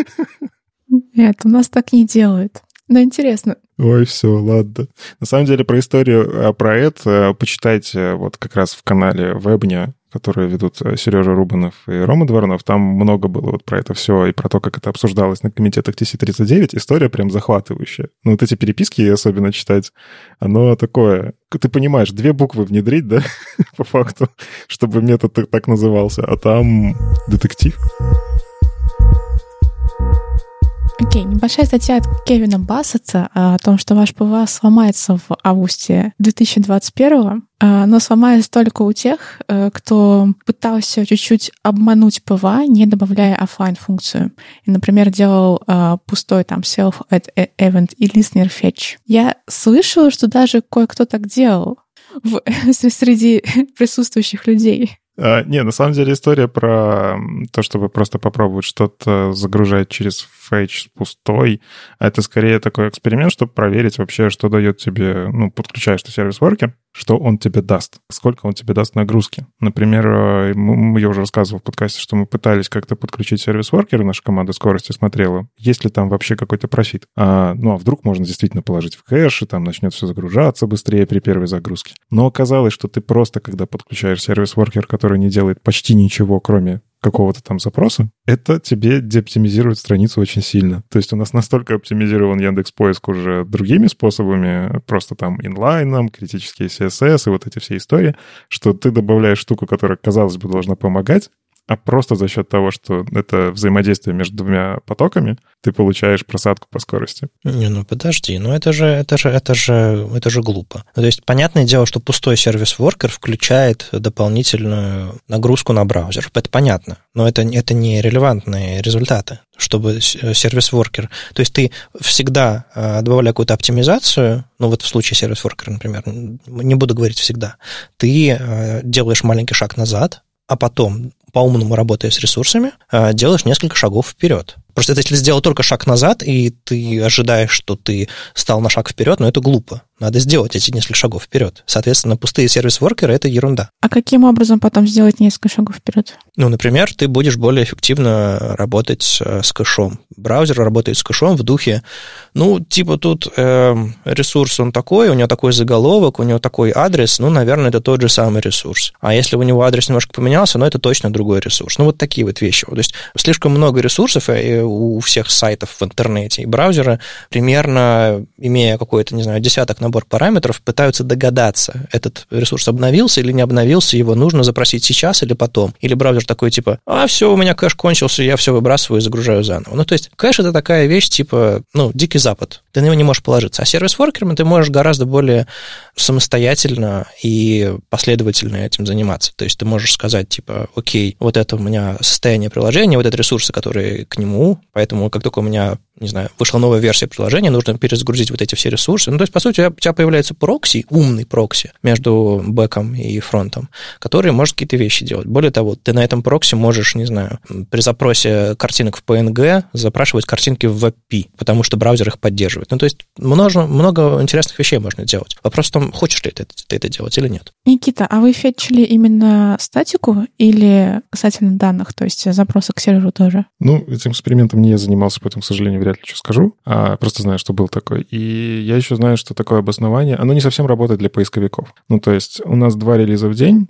Нет, у нас так не делают. Но интересно. Ой, все, ладно. На самом деле, про историю про это почитайте вот как раз в канале Вебня, которые ведут Сережа Рубанов и Рома Дворнов. Там много было вот про это все и про то, как это обсуждалось на комитетах ти си тридцать девять. История прям захватывающая. Ну, вот эти переписки особенно читать, оно такое... Ты понимаешь, две буквы внедрить, да, по факту, чтобы метод так назывался, а там детектив. Окей, okay, небольшая статья от Кевина Бассета о том, что ваш ПВА сломается в августе две тысячи двадцать первого, но сломается только у тех, кто пытался чуть-чуть обмануть ПВА, не добавляя офлайн-функцию. И, например, делал пустой там self-event и listener fetch. Я слышала, что даже кое-кто так делал в, среди присутствующих людей. А, не, на самом деле история про то, чтобы просто попробовать что-то загружать через фетч пустой, это скорее такой эксперимент, чтобы проверить вообще, что дает тебе, ну, подключаешь ты сервис-воркер, что он тебе даст, сколько он тебе даст нагрузки. Например, я уже рассказывал в подкасте, что мы пытались как-то подключить сервис-воркер, наша команда скорости смотрела, есть ли там вообще какой-то профит. А, ну, а вдруг можно действительно положить в кэш, и там начнет все загружаться быстрее при первой загрузке. Но оказалось, что ты просто, когда подключаешь сервис-воркер, который не делает почти ничего, кроме какого-то там запроса, это тебе деоптимизирует страницу очень сильно. То есть у нас настолько оптимизирован Яндекс.Поиск уже другими способами, просто там инлайном, критические си эс эс и вот эти все истории, что ты добавляешь штуку, которая, казалось бы, должна помогать, а просто за счет того, что это взаимодействие между двумя потоками, ты получаешь просадку по скорости. Не, ну подожди, ну это же, это же, это же, это же глупо. То есть, понятное дело, что пустой сервис-воркер включает дополнительную нагрузку на браузер. Это понятно, но это, это не релевантные результаты, чтобы сервис-воркер... То есть ты всегда, добавляя какую-то оптимизацию, ну вот в случае сервис-воркера, например, не буду говорить всегда, ты делаешь маленький шаг назад, а потом, по-умному работая с ресурсами, делаешь несколько шагов вперед. Просто если сделал только шаг назад, и ты ожидаешь, что ты стал на шаг вперед, ну это глупо. Надо сделать эти несколько шагов вперед. Соответственно, пустые сервис-воркеры — это ерунда. А каким образом потом сделать несколько шагов вперед? Ну, например, ты будешь более эффективно работать с кэшом. Браузер работает с кэшом в духе, ну, типа тут э, ресурс, он такой, у него такой заголовок, у него такой адрес, ну, наверное, это тот же самый ресурс. А если у него адрес немножко поменялся, ну, это точно другой ресурс. Ну, вот такие вот вещи. То есть слишком много ресурсов у всех сайтов в интернете, и браузеры, примерно имея какой-то, не знаю, десяток набор параметров, пытаются догадаться, этот ресурс обновился или не обновился, его нужно запросить сейчас или потом. Или браузер такой типа, а все, у меня кэш кончился, я все выбрасываю и загружаю заново. Ну, то есть кэш — это такая вещь типа, ну, дикий запад. Ты на него не можешь положиться. А сервис-воркерами ты можешь гораздо более самостоятельно и последовательно этим заниматься. То есть ты можешь сказать типа, окей, вот это у меня состояние приложения, вот это ресурсы, которые к нему, поэтому как только у меня, не знаю, вышла новая версия приложения, нужно перезагрузить вот эти все ресурсы. Ну, то есть, по сути, у тебя появляется прокси, умный прокси между бэком и фронтом, который может какие-то вещи делать. Более того, ты на этом прокси можешь, не знаю, при запросе картинок в пи эн джи запрашивать картинки в веб пи, потому что браузер их поддерживает. Ну, то есть, много, много интересных вещей можно делать. Вопрос в том, хочешь ли ты это, ты это делать или нет. Никита, а вы фетчили именно статику или касательно данных, то есть запросы к серверу тоже? Ну, этим экспериментом не я занимался, поэтому, к сожалению, вряд ли что скажу. А просто знаю, что был такой. И я еще знаю, что такое обоснование. Оно не совсем работает для поисковиков. Ну, то есть у нас два релиза в день,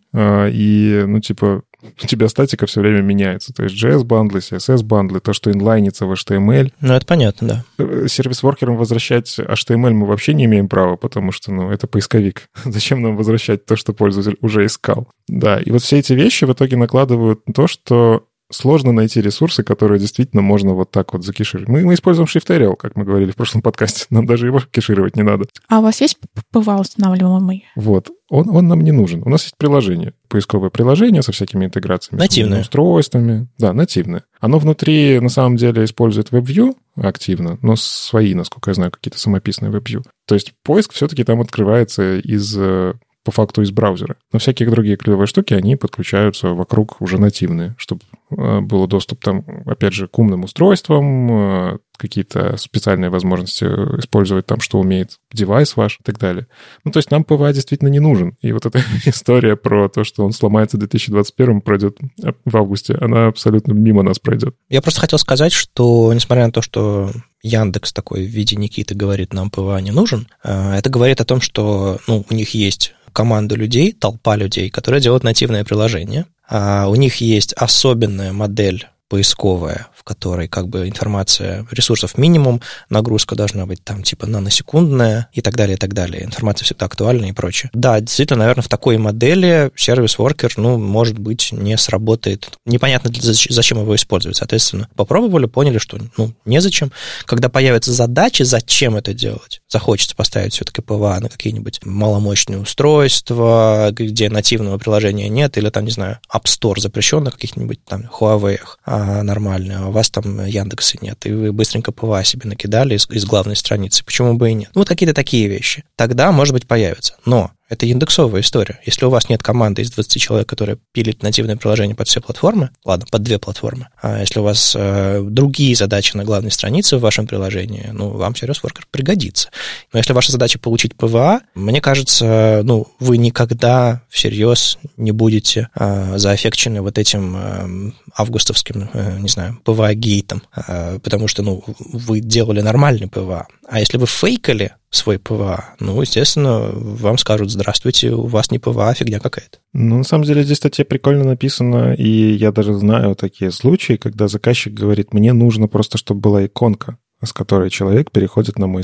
и, ну, типа, у тебя статика все время меняется. То есть джей эс-бандлы, си эс эс-бандлы, то, что инлайнится в эйч ти эм эль. Ну, это понятно, да. Сервис-воркерам возвращать эйч ти эм эль мы вообще не имеем права, потому что, ну, это поисковик. Зачем нам возвращать то, что пользователь уже искал? Да, и вот все эти вещи в итоге накладывают на то, что сложно найти ресурсы, которые действительно можно вот так вот закешировать. Мы, мы используем Shift-Arial, как мы говорили в прошлом подкасте. Нам даже его кешировать не надо. А у вас есть пи ви эй устанавливаемый? Вот. Он, он нам не нужен. У нас есть приложение, поисковое приложение со всякими интеграциями. Нативное. С устройствами. Да, нативное. Оно внутри, на самом деле, использует WebView активно, но свои, насколько я знаю, какие-то самописные WebView. То есть поиск все-таки там открывается из... по факту из браузера. Но всякие другие клевые штуки, они подключаются вокруг уже нативные, чтобы был доступ там, опять же, к умным устройствам, какие-то специальные возможности использовать там, что умеет девайс ваш и так далее. Ну, то есть нам пи ви эй действительно не нужен. И вот эта история про то, что он сломается в две тысячи двадцать первом, пройдет в августе, она абсолютно мимо нас пройдет. Я просто хотел сказать, что, несмотря на то, что Яндекс такой в виде Никиты говорит, нам пи ви эй не нужен, это говорит о том, что, ну, у них есть команда людей, толпа людей, которые делают нативное приложение. А у них есть особенная модель поисковая, в которой как бы информация, ресурсов минимум, нагрузка должна быть там типа наносекундная и так далее, и так далее. Информация всегда актуальна и прочее. Да, действительно, наверное, в такой модели сервис-воркер, ну, может быть, не сработает. Непонятно, зачем его использовать. Соответственно, попробовали, поняли, что, ну, незачем. Когда появятся задачи, зачем это делать? Захочется поставить все-таки пи ви эй на какие-нибудь маломощные устройства, где нативного приложения нет, или там, не знаю, App Store запрещен на каких-нибудь там Huawei нормально, а у вас там Яндекса нет, и вы быстренько пи ви эй себе накидали из, из главной страницы. Почему бы и нет? Ну, вот какие-то такие вещи. Тогда, может быть, появятся. Но это индексовая история. Если у вас нет команды из двадцати человек, которые пилит нативное приложение под все платформы, ладно, под две платформы, а если у вас э, другие задачи на главной странице в вашем приложении, ну, вам сервис-воркер пригодится. Но если ваша задача получить пи ви эй, мне кажется, ну, вы никогда всерьез не будете э, заэффекчены вот этим э, августовским, э, не знаю, пи ви эй-гейтом, э, потому что, ну, вы делали нормальный пи ви эй. А если вы фейкали свой пи ви эй, ну, естественно, вам скажут: здравствуйте, у вас не пи ви эй, а фигня какая-то. Ну, на самом деле, здесь статья прикольно написана, и я даже знаю такие случаи, когда заказчик говорит: мне нужно просто, чтобы была иконка, с которой человек переходит на мой сайт.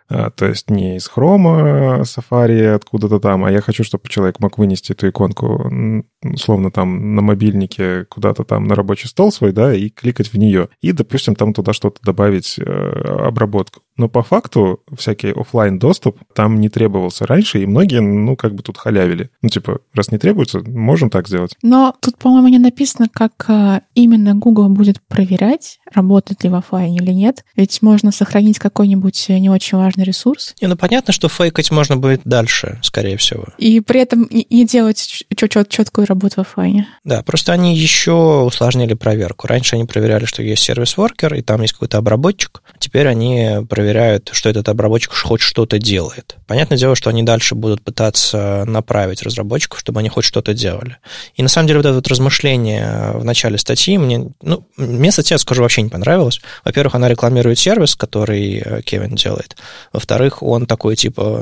А, то есть не из Chrome, Safari, откуда-то там, а я хочу, чтобы человек мог вынести эту иконку, условно, там на мобильнике куда-то там на рабочий стол свой, да, и кликать в нее. И, допустим, там туда что-то добавить, э, обработку. Но по факту всякий офлайн доступ там не требовался раньше, и многие, ну, как бы тут халявили. Ну, типа, раз не требуется, можем так сделать. Но тут, по-моему, не написано, как э, именно Google будет проверять, работает ли в офлайне или нет. Ведь можно сохранить какой-нибудь не очень важный ресурс. Не, ну, понятно, что фейкать можно будет дальше, скорее всего. И при этом не делать четкую работу в офлайне. Да, просто они еще усложнили проверку. Раньше они проверяли, что есть сервис-воркер, и там есть какой-то обработчик. Теперь они проверяют, что этот обработчик хоть что-то делает. Понятное дело, что они дальше будут пытаться направить разработчиков, чтобы они хоть что-то делали. И на самом деле вот это вот размышление в начале статьи мне, ну, мне статья, скажу, вообще не понравилась. Во-первых, она рекламирует сервис, который Кевин делает. Во-вторых, он такой, типа,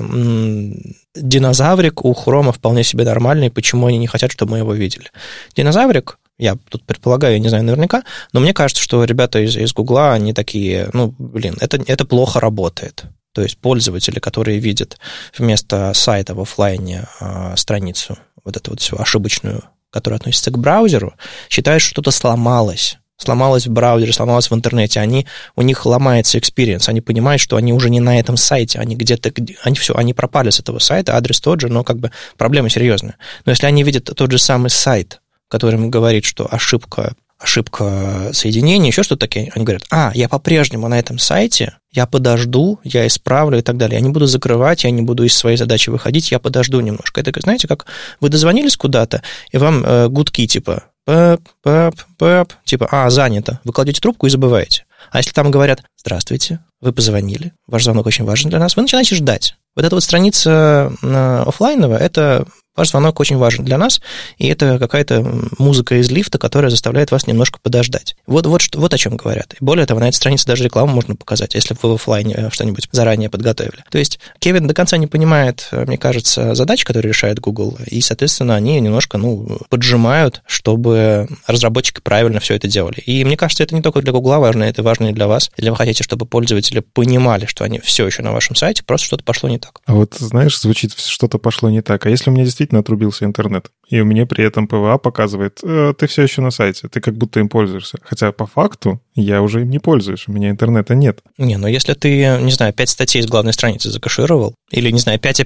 м- динозаврик у Хрома вполне себе нормальный, почему они не хотят, чтобы мы его видели. Динозаврик, я тут предполагаю, я не знаю наверняка, но мне кажется, что ребята из, из Гугла, они такие, ну, блин, это, это плохо работает. То есть пользователи, которые видят вместо сайта в офлайне э, страницу, вот эту вот всю ошибочную, которая относится к браузеру, считают, что что-то сломалось. Сломалось в браузере, сломалось в интернете, они, у них ломается experience, они понимают, что они уже не на этом сайте, они где-то, они все, они пропали с этого сайта, адрес тот же, но как бы проблема серьезная. Но если они видят тот же самый сайт, который им говорит, что ошибка, ошибка соединения, еще что-то такое, они говорят, а, я по-прежнему на этом сайте, я подожду, я исправлю и так далее. Я не буду закрывать, я не буду из своей задачи выходить, я подожду немножко. Это, знаете, как вы дозвонились куда-то, и вам э, гудки типа пэп, пэп, пэп, типа, а, занято. Вы кладете трубку и забываете. А если там говорят, здравствуйте, вы позвонили, ваш звонок очень важен для нас, вы начинаете ждать. Вот эта вот страница э, офлайновая, это ваш звонок очень важен для нас, и это какая-то музыка из лифта, которая заставляет вас немножко подождать. Вот, вот, что, вот о чем говорят. И более того, на этой странице даже рекламу можно показать, если вы в офлайне что-нибудь заранее подготовили. То есть Кевин до конца не понимает, мне кажется, задач, которые решает Google, и, соответственно, они немножко, ну, поджимают, чтобы разработчики правильно все это делали. И мне кажется, это не только для Google важно, это важно и для вас. Если вы хотите, чтобы пользователи понимали, что они все еще на вашем сайте, просто что-то пошло не так. А вот, знаешь, звучит, что-то пошло не так. А если у меня действительно отрубился интернет, и у меня при этом ПВА показывает, э, ты все еще на сайте, ты как будто им пользуешься. Хотя по факту я уже им не пользуюсь, у меня интернета нет. Не, ну если ты, не знаю, пять статей с главной страницы закэшировал, или, не знаю, пять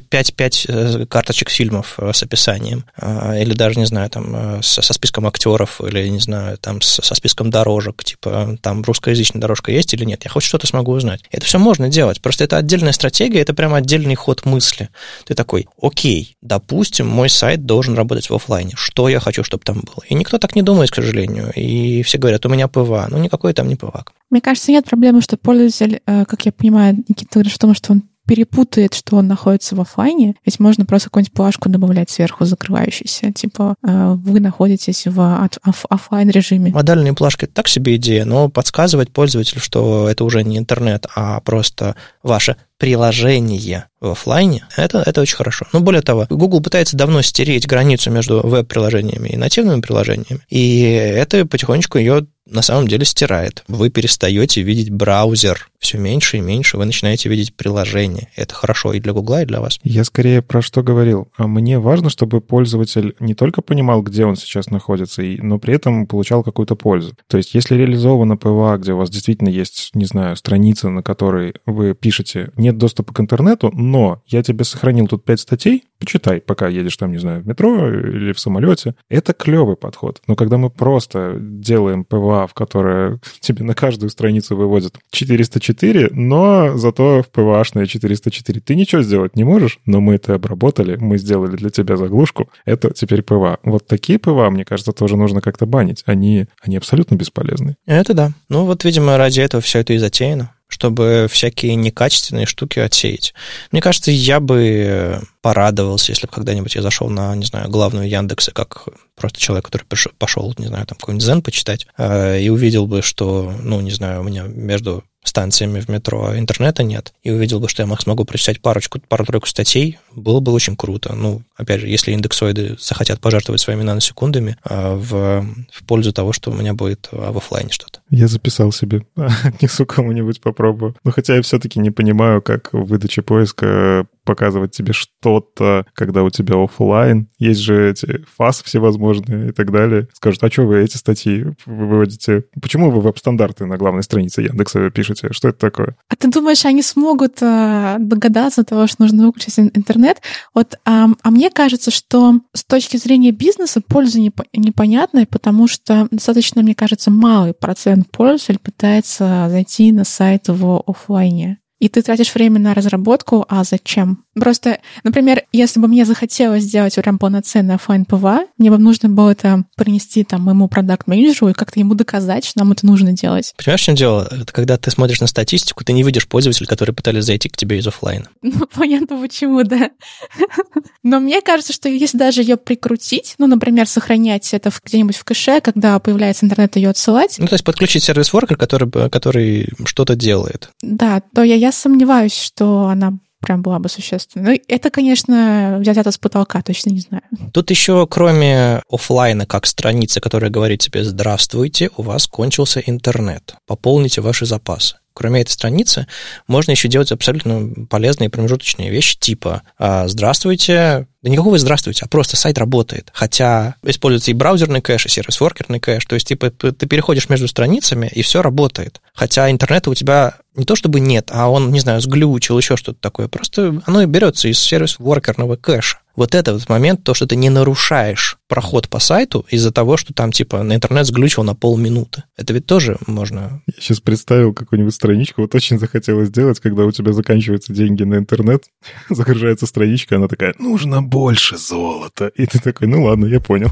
карточек фильмов с описанием, или даже, не знаю, там, со, со списком актеров, или, не знаю, там, со списком дорожек, типа, там, русскоязычная дорожка есть или нет, я хоть что-то смогу узнать. Это все можно делать, просто это отдельная стратегия, это прямо отдельный ход мысли. Ты такой, окей, допустим, мой сайт должен работать в офлайне, что я хочу, чтобы там было. И никто так не думает, к сожалению, и все говорят, у меня ПВА, ну, никакой там не ПВА. Мне кажется, нет проблемы, что пользователь, как я понимаю, Никита говорит о том, что он перепутает, что он находится в офлайне, ведь можно просто какую-нибудь плашку добавлять сверху закрывающуюся, типа вы находитесь в офлайн режиме. Модальные плашки — это так себе идея, но подсказывать пользователю, что это уже не интернет, а просто ваше приложение в офлайне, это, это очень хорошо. Но более того, Google пытается давно стереть границу между веб-приложениями и нативными приложениями, и это потихонечку ее на самом деле стирает. Вы перестаете видеть браузер все меньше и меньше, вы начинаете видеть приложение. Это хорошо и для Гугла, и для вас. Я скорее про что говорил. А мне важно, чтобы пользователь не только понимал, где он сейчас находится, но при этом получал какую-то пользу. То есть если реализовано ПВА, где у вас действительно есть, не знаю, страница, на которой вы пишете, нет доступа к интернету, но я тебе сохранил тут пять статей, почитай, пока едешь там, не знаю, в метро или в самолете. Это клевый подход. Но когда мы просто делаем ПВА, в которое тебе на каждую страницу выводят четыреста четыре, но зато в ПВАшное четыреста четыре ты ничего сделать не можешь, но мы это обработали, мы сделали для тебя заглушку, это теперь ПВА. Вот такие ПВА, мне кажется, тоже нужно как-то банить. Они, они абсолютно бесполезны. Это да. Ну вот, видимо, ради этого все это и затеяно, чтобы всякие некачественные штуки отсеять. Мне кажется, я бы порадовался, если бы когда-нибудь я зашел на, не знаю, главную Яндекса, как просто человек, который пришел, пошел, не знаю, там какой-нибудь Дзен почитать, и увидел бы, что, ну, не знаю, у меня между станциями в метро, интернета нет, и увидел бы, что я смогу прочитать парочку, пару-тройку статей, было бы очень круто. Ну, опять же, если индексоиды захотят пожертвовать своими наносекундами в, в пользу того, что у меня будет в офлайне что-то. Я записал себе, отнесу кому-нибудь, попробую. Но хотя я все-таки не понимаю, как в выдаче поиска показывать тебе что-то, когда у тебя офлайн. Есть же эти фас всевозможные и так далее. Скажут, а что вы эти статьи выводите? Почему вы веб-стандарты на главной странице Яндекса пишете? Что это такое? А ты думаешь, они смогут а, догадаться того, что нужно выключить интернет? Вот, а, а мне кажется, что с точки зрения бизнеса польза непо- непонятная, потому что достаточно, мне кажется, малый процент пользователей пытается зайти на сайт в офлайне. И ты тратишь время на разработку, а зачем? Просто, например, если бы мне захотелось сделать прям полноценный офлайн ПВА, мне бы нужно было это принести там моему продакт-менеджеру и как-то ему доказать, что нам это нужно делать. Понимаешь, в чем дело? Это когда ты смотришь на статистику, ты не видишь пользователей, которые пытались зайти к тебе из офлайна. Ну, понятно, почему, да. Но мне кажется, что если даже ее прикрутить, ну, например, сохранять это где-нибудь в кэше, когда появляется интернет, ее отсылать. Ну, то есть подключить сервис-воркер, который, который что-то делает. Да, то я, я сомневаюсь, что она прям была бы существенной. Ну, это, конечно, взято с потолка, точно не знаю. Тут еще, кроме офлайна, как страницы, которая говорит тебе «Здравствуйте, у вас кончился интернет, пополните ваши запасы». Кроме этой страницы, можно еще делать абсолютно полезные промежуточные вещи, типа «Здравствуйте». Да никакого «здравствуйте», а просто сайт работает. Хотя используется и браузерный кэш, и сервис-воркерный кэш. То есть, типа, ты переходишь между страницами, и все работает. Хотя интернета у тебя не то чтобы нет, а он, не знаю, сглючил, еще что-то такое. Просто оно и берется из сервис-воркерного кэша. Вот это вот момент, то, что ты не нарушаешь проход по сайту из-за того, что там, типа, на интернет сглючил на полминуты. Это ведь тоже можно... Я сейчас представил какую-нибудь страничку, вот очень захотелось сделать, когда у тебя заканчиваются деньги на интернет, загружается страничка, она такая, нужно больше золота. И ты такой, ну ладно, я понял.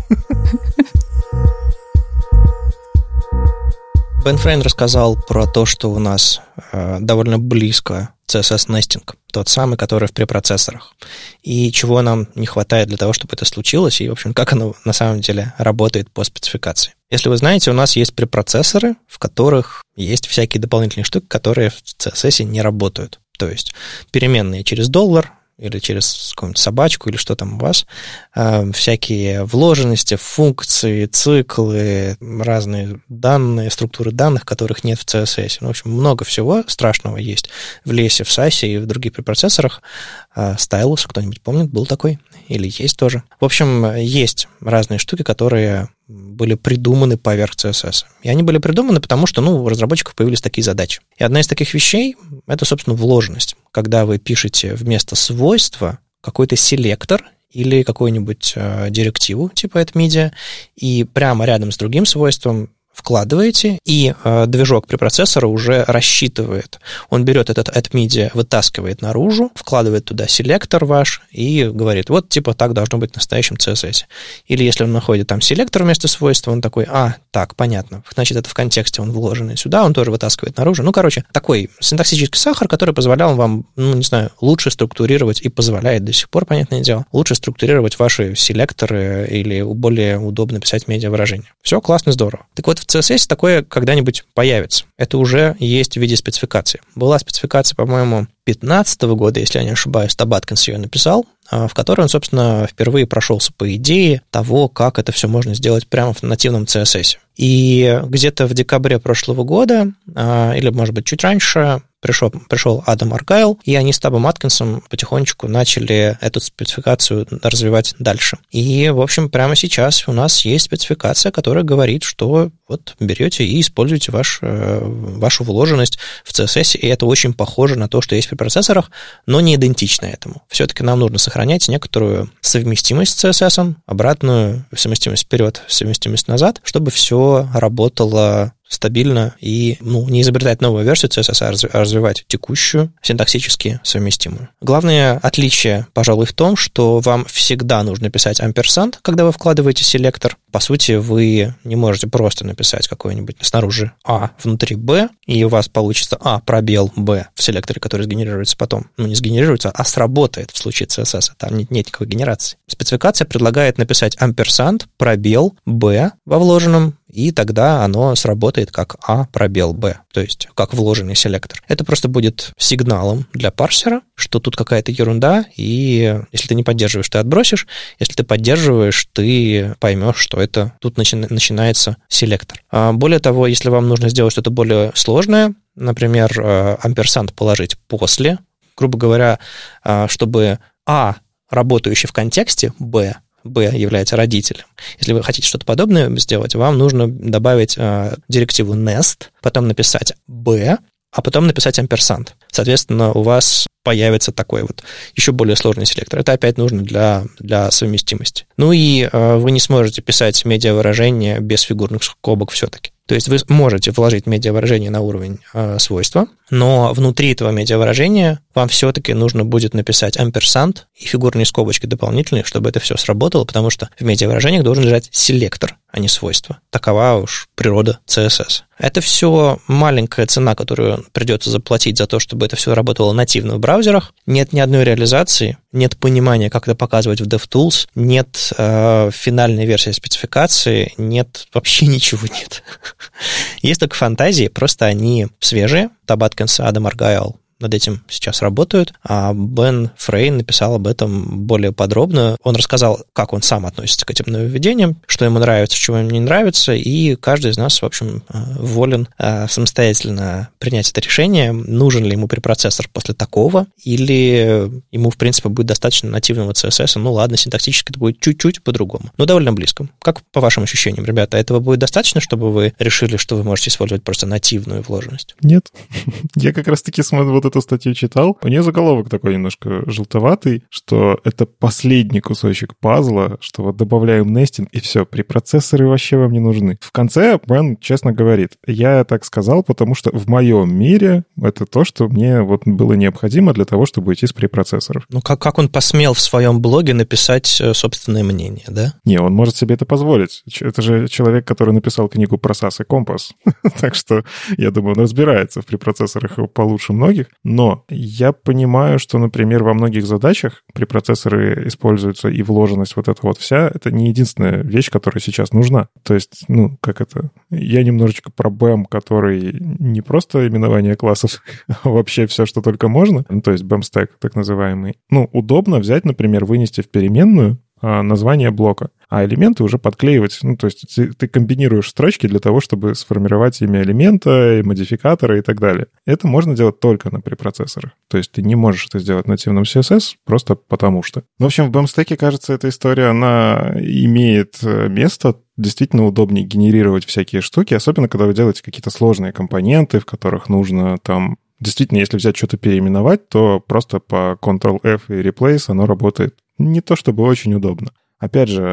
Бен Фрейн рассказал про то, что у нас э, довольно близко си эс эс-нестинг, тот самый, который в препроцессорах, и чего нам не хватает для того, чтобы это случилось, и, в общем, как оно на самом деле работает по спецификации. Если вы знаете, у нас есть препроцессоры, в которых есть всякие дополнительные штуки, которые в си эс эс не работают. То есть переменные через доллар, или через какую-нибудь собачку, или что там у вас, э, всякие вложенности, функции, циклы, разные данные, структуры данных, которых нет в си эс эс. Ну, в общем, много всего страшного есть в лесе, в сасе и в других препроцессорах. Э, Stylus, кто-нибудь помнит, был такой? Или есть тоже? В общем, есть разные штуки, которые были придуманы поверх си эс эс. И они были придуманы, потому что, ну, у разработчиков появились такие задачи. И одна из таких вещей — это, собственно, вложенность. Когда вы пишете вместо свойства какой-то селектор или какую-нибудь э, директиву типа AddMedia, и прямо рядом с другим свойством вкладываете, и э, движок препроцессора уже рассчитывает. Он берет этот AddMedia, вытаскивает наружу, вкладывает туда селектор ваш и говорит, вот типа так должно быть в настоящем си эс эс. Или если он находит там селектор вместо свойства, он такой, а, так, понятно, значит, это в контексте он вложенный сюда, он тоже вытаскивает наружу. Ну, короче, такой синтаксический сахар, который позволял вам, ну, не знаю, лучше структурировать и позволяет до сих пор, понятное дело, лучше структурировать ваши селекторы или более удобно писать медиавыражения. Все классно, здорово. Так вот, в си эс эс такое когда-нибудь появится. Это уже есть в виде спецификации. Была спецификация, по-моему, две тысячи пятнадцатого года, если я не ошибаюсь, Таб Аткинс ее написал, в которой он, собственно, впервые прошелся по идее того, как это все можно сделать прямо в нативном си эс эс. И где-то в декабре прошлого года, или, может быть, чуть раньше, пришел, пришел Адам Аргайл, и они с Табом Аткинсом потихонечку начали эту спецификацию развивать дальше. И, в общем, прямо сейчас у нас есть спецификация, которая говорит, что вот берете и используете ваш, вашу вложенность в си эс эс, и это очень похоже на то, что есть при процессорах, но не идентично этому. Все-таки нам нужно сохранять некоторую совместимость с си эс эс, обратную совместимость вперед, совместимость назад, чтобы все работало стабильно и, ну, не изобретать новую версию си эс эс, а развивать текущую, синтаксически совместимую. Главное отличие, пожалуй, в том, что вам всегда нужно писать амперсанд, когда вы вкладываете селектор. По сути, вы не можете просто написать какой-нибудь снаружи А внутри Б, и у вас получится А пробел Б в селекторе, который сгенерируется потом. Ну, не сгенерируется, а сработает в случае си эс эс. Там нет, нет никакой генерации. Спецификация предлагает написать амперсанд, пробел Б во вложенном, и тогда оно сработает как А пробел Б, то есть как вложенный селектор. Это просто будет сигналом для парсера, что тут какая-то ерунда, и если ты не поддерживаешь, ты отбросишь, если ты поддерживаешь, ты поймешь, что это тут начи- начинается селектор. А более того, если вам нужно сделать что-то более сложное, например, амперсанд положить после, грубо говоря, чтобы А, работающий в контексте, Б, Б является родителем. Если вы хотите что-то подобное сделать, вам нужно добавить э, директиву nest, потом написать B, а потом написать амперсанд. Соответственно, у вас появится такой вот еще более сложный селектор. Это опять нужно для, для совместимости. Ну и э, вы не сможете писать медиавыражение без фигурных скобок все-таки. То есть вы можете вложить медиавыражение на уровень э, свойства, но внутри этого медиавыражения вам все-таки нужно будет написать амперсанд и фигурные скобочки дополнительные, чтобы это все сработало, потому что в медиавыражениях должен лежать селектор, а не свойство. Такова уж природа си эс эс. Это все маленькая цена, которую придется заплатить за то, чтобы это все работало нативно в браузерах. Нет ни одной реализации, нет понимания, как это показывать в DevTools, нет э, финальной версии спецификации, нет, вообще ничего нет. Есть только фантазии, просто они свежие. Таб Аткинс и Адам Аргайл над этим сейчас работают, а Бен Фрейн написал об этом более подробно. Он рассказал, как он сам относится к этим нововведениям, что ему нравится, что ему не нравится, и каждый из нас, в общем, волен самостоятельно принять это решение, нужен ли ему препроцессор после такого, или ему, в принципе, будет достаточно нативного си эс эс. Ну ладно, синтаксически это будет чуть-чуть по-другому, но довольно близко. Как по вашим ощущениям, ребята, этого будет достаточно, чтобы вы решили, что вы можете использовать просто нативную вложенность? Нет. Я как раз-таки смотрю вот эту статью читал, у нее заголовок такой немножко желтоватый, что это последний кусочек пазла, что вот добавляем нестинг, и все, препроцессоры вообще вам не нужны. В конце Бен честно говорит, я так сказал, потому что в моем мире это то, что мне вот было необходимо для того, чтобы уйти с препроцессоров. Ну, как, как он посмел в своем блоге написать собственное мнение, да? Не, он может себе это позволить. Это же человек, который написал книгу про сас и компас. Так что, я думаю, он разбирается в препроцессорах получше многих. Но я понимаю, что, например, во многих задачах препроцессоры используются, и вложенность вот эта вот вся, это не единственная вещь, которая сейчас нужна. То есть, ну, как это... Я немножечко про бэм, который не просто именование классов, а вообще все, что только можно. Ну, то есть бэм-стэк, так называемый. Ну, удобно взять, например, вынести в переменную название блока, а элементы уже подклеивать. Ну, то есть ты, ты комбинируешь строчки для того, чтобы сформировать имя элемента, и модификатора и так далее. Это можно делать только на препроцессорах. То есть ты не можешь это сделать в нативном си эс эс просто потому что. В общем, в бэм-стэке, кажется, эта история, она имеет место. Действительно удобнее генерировать всякие штуки, особенно когда вы делаете какие-то сложные компоненты, в которых нужно там... Действительно, если взять что-то переименовать, то просто по контрол-эф и Replace оно работает не то чтобы очень удобно. Опять же,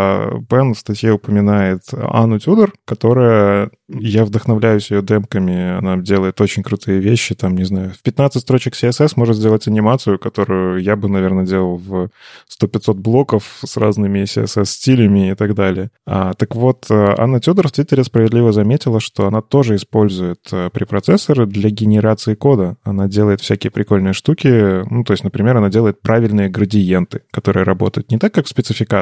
Бен в статье упоминает Анну Тюдор, которая, я вдохновляюсь ее демками, она делает очень крутые вещи, там, не знаю, в пятнадцать строчек си эс эс может сделать анимацию, которую я бы, наверное, делал в сто-пятьсот блоков с разными си эс эс-стилями и так далее. А, так вот, Анна Тюдор в Твиттере справедливо заметила, что она тоже использует препроцессоры для генерации кода. Она делает всякие прикольные штуки, ну, то есть, например, она делает правильные градиенты, которые работают не так, как в спецификации,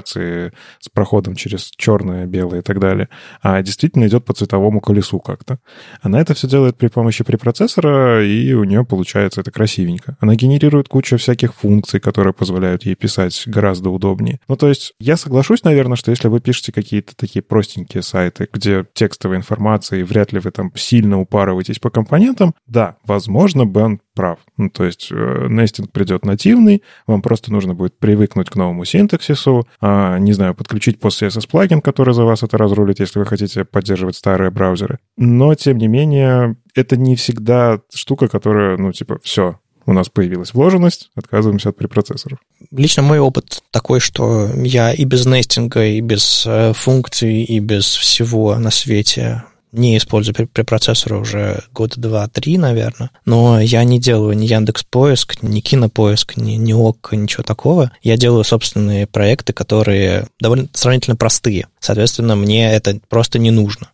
с проходом через черное, белое и так далее, а действительно идет по цветовому колесу как-то. Она это все делает при помощи препроцессора, и у нее получается это красивенько. Она генерирует кучу всяких функций, которые позволяют ей писать гораздо удобнее. Ну, то есть я соглашусь, наверное, что если вы пишете какие-то такие простенькие сайты, где текстовая информация, и вряд ли вы там сильно упарываетесь по компонентам, да, возможно, Бен прав. Ну, то есть нестинг придет нативный, вам просто нужно будет привыкнуть к новому синтаксису, а, не знаю, подключить пост си эс эс-плагин, который за вас это разрулит, если вы хотите поддерживать старые браузеры. Но, тем не менее, это не всегда штука, которая, ну, типа, все, у нас появилась вложенность, отказываемся от препроцессоров. Лично мой опыт такой, что я и без нестинга, и без э, функций, и без всего на свете не использую препроцессоры уже года два-три, наверное. Но я не делаю ни Яндекс.Поиск, ни Кинопоиск, ни, ни ОК, ничего такого. Я делаю собственные проекты, которые довольно сравнительно простые. Соответственно, мне это просто не нужно.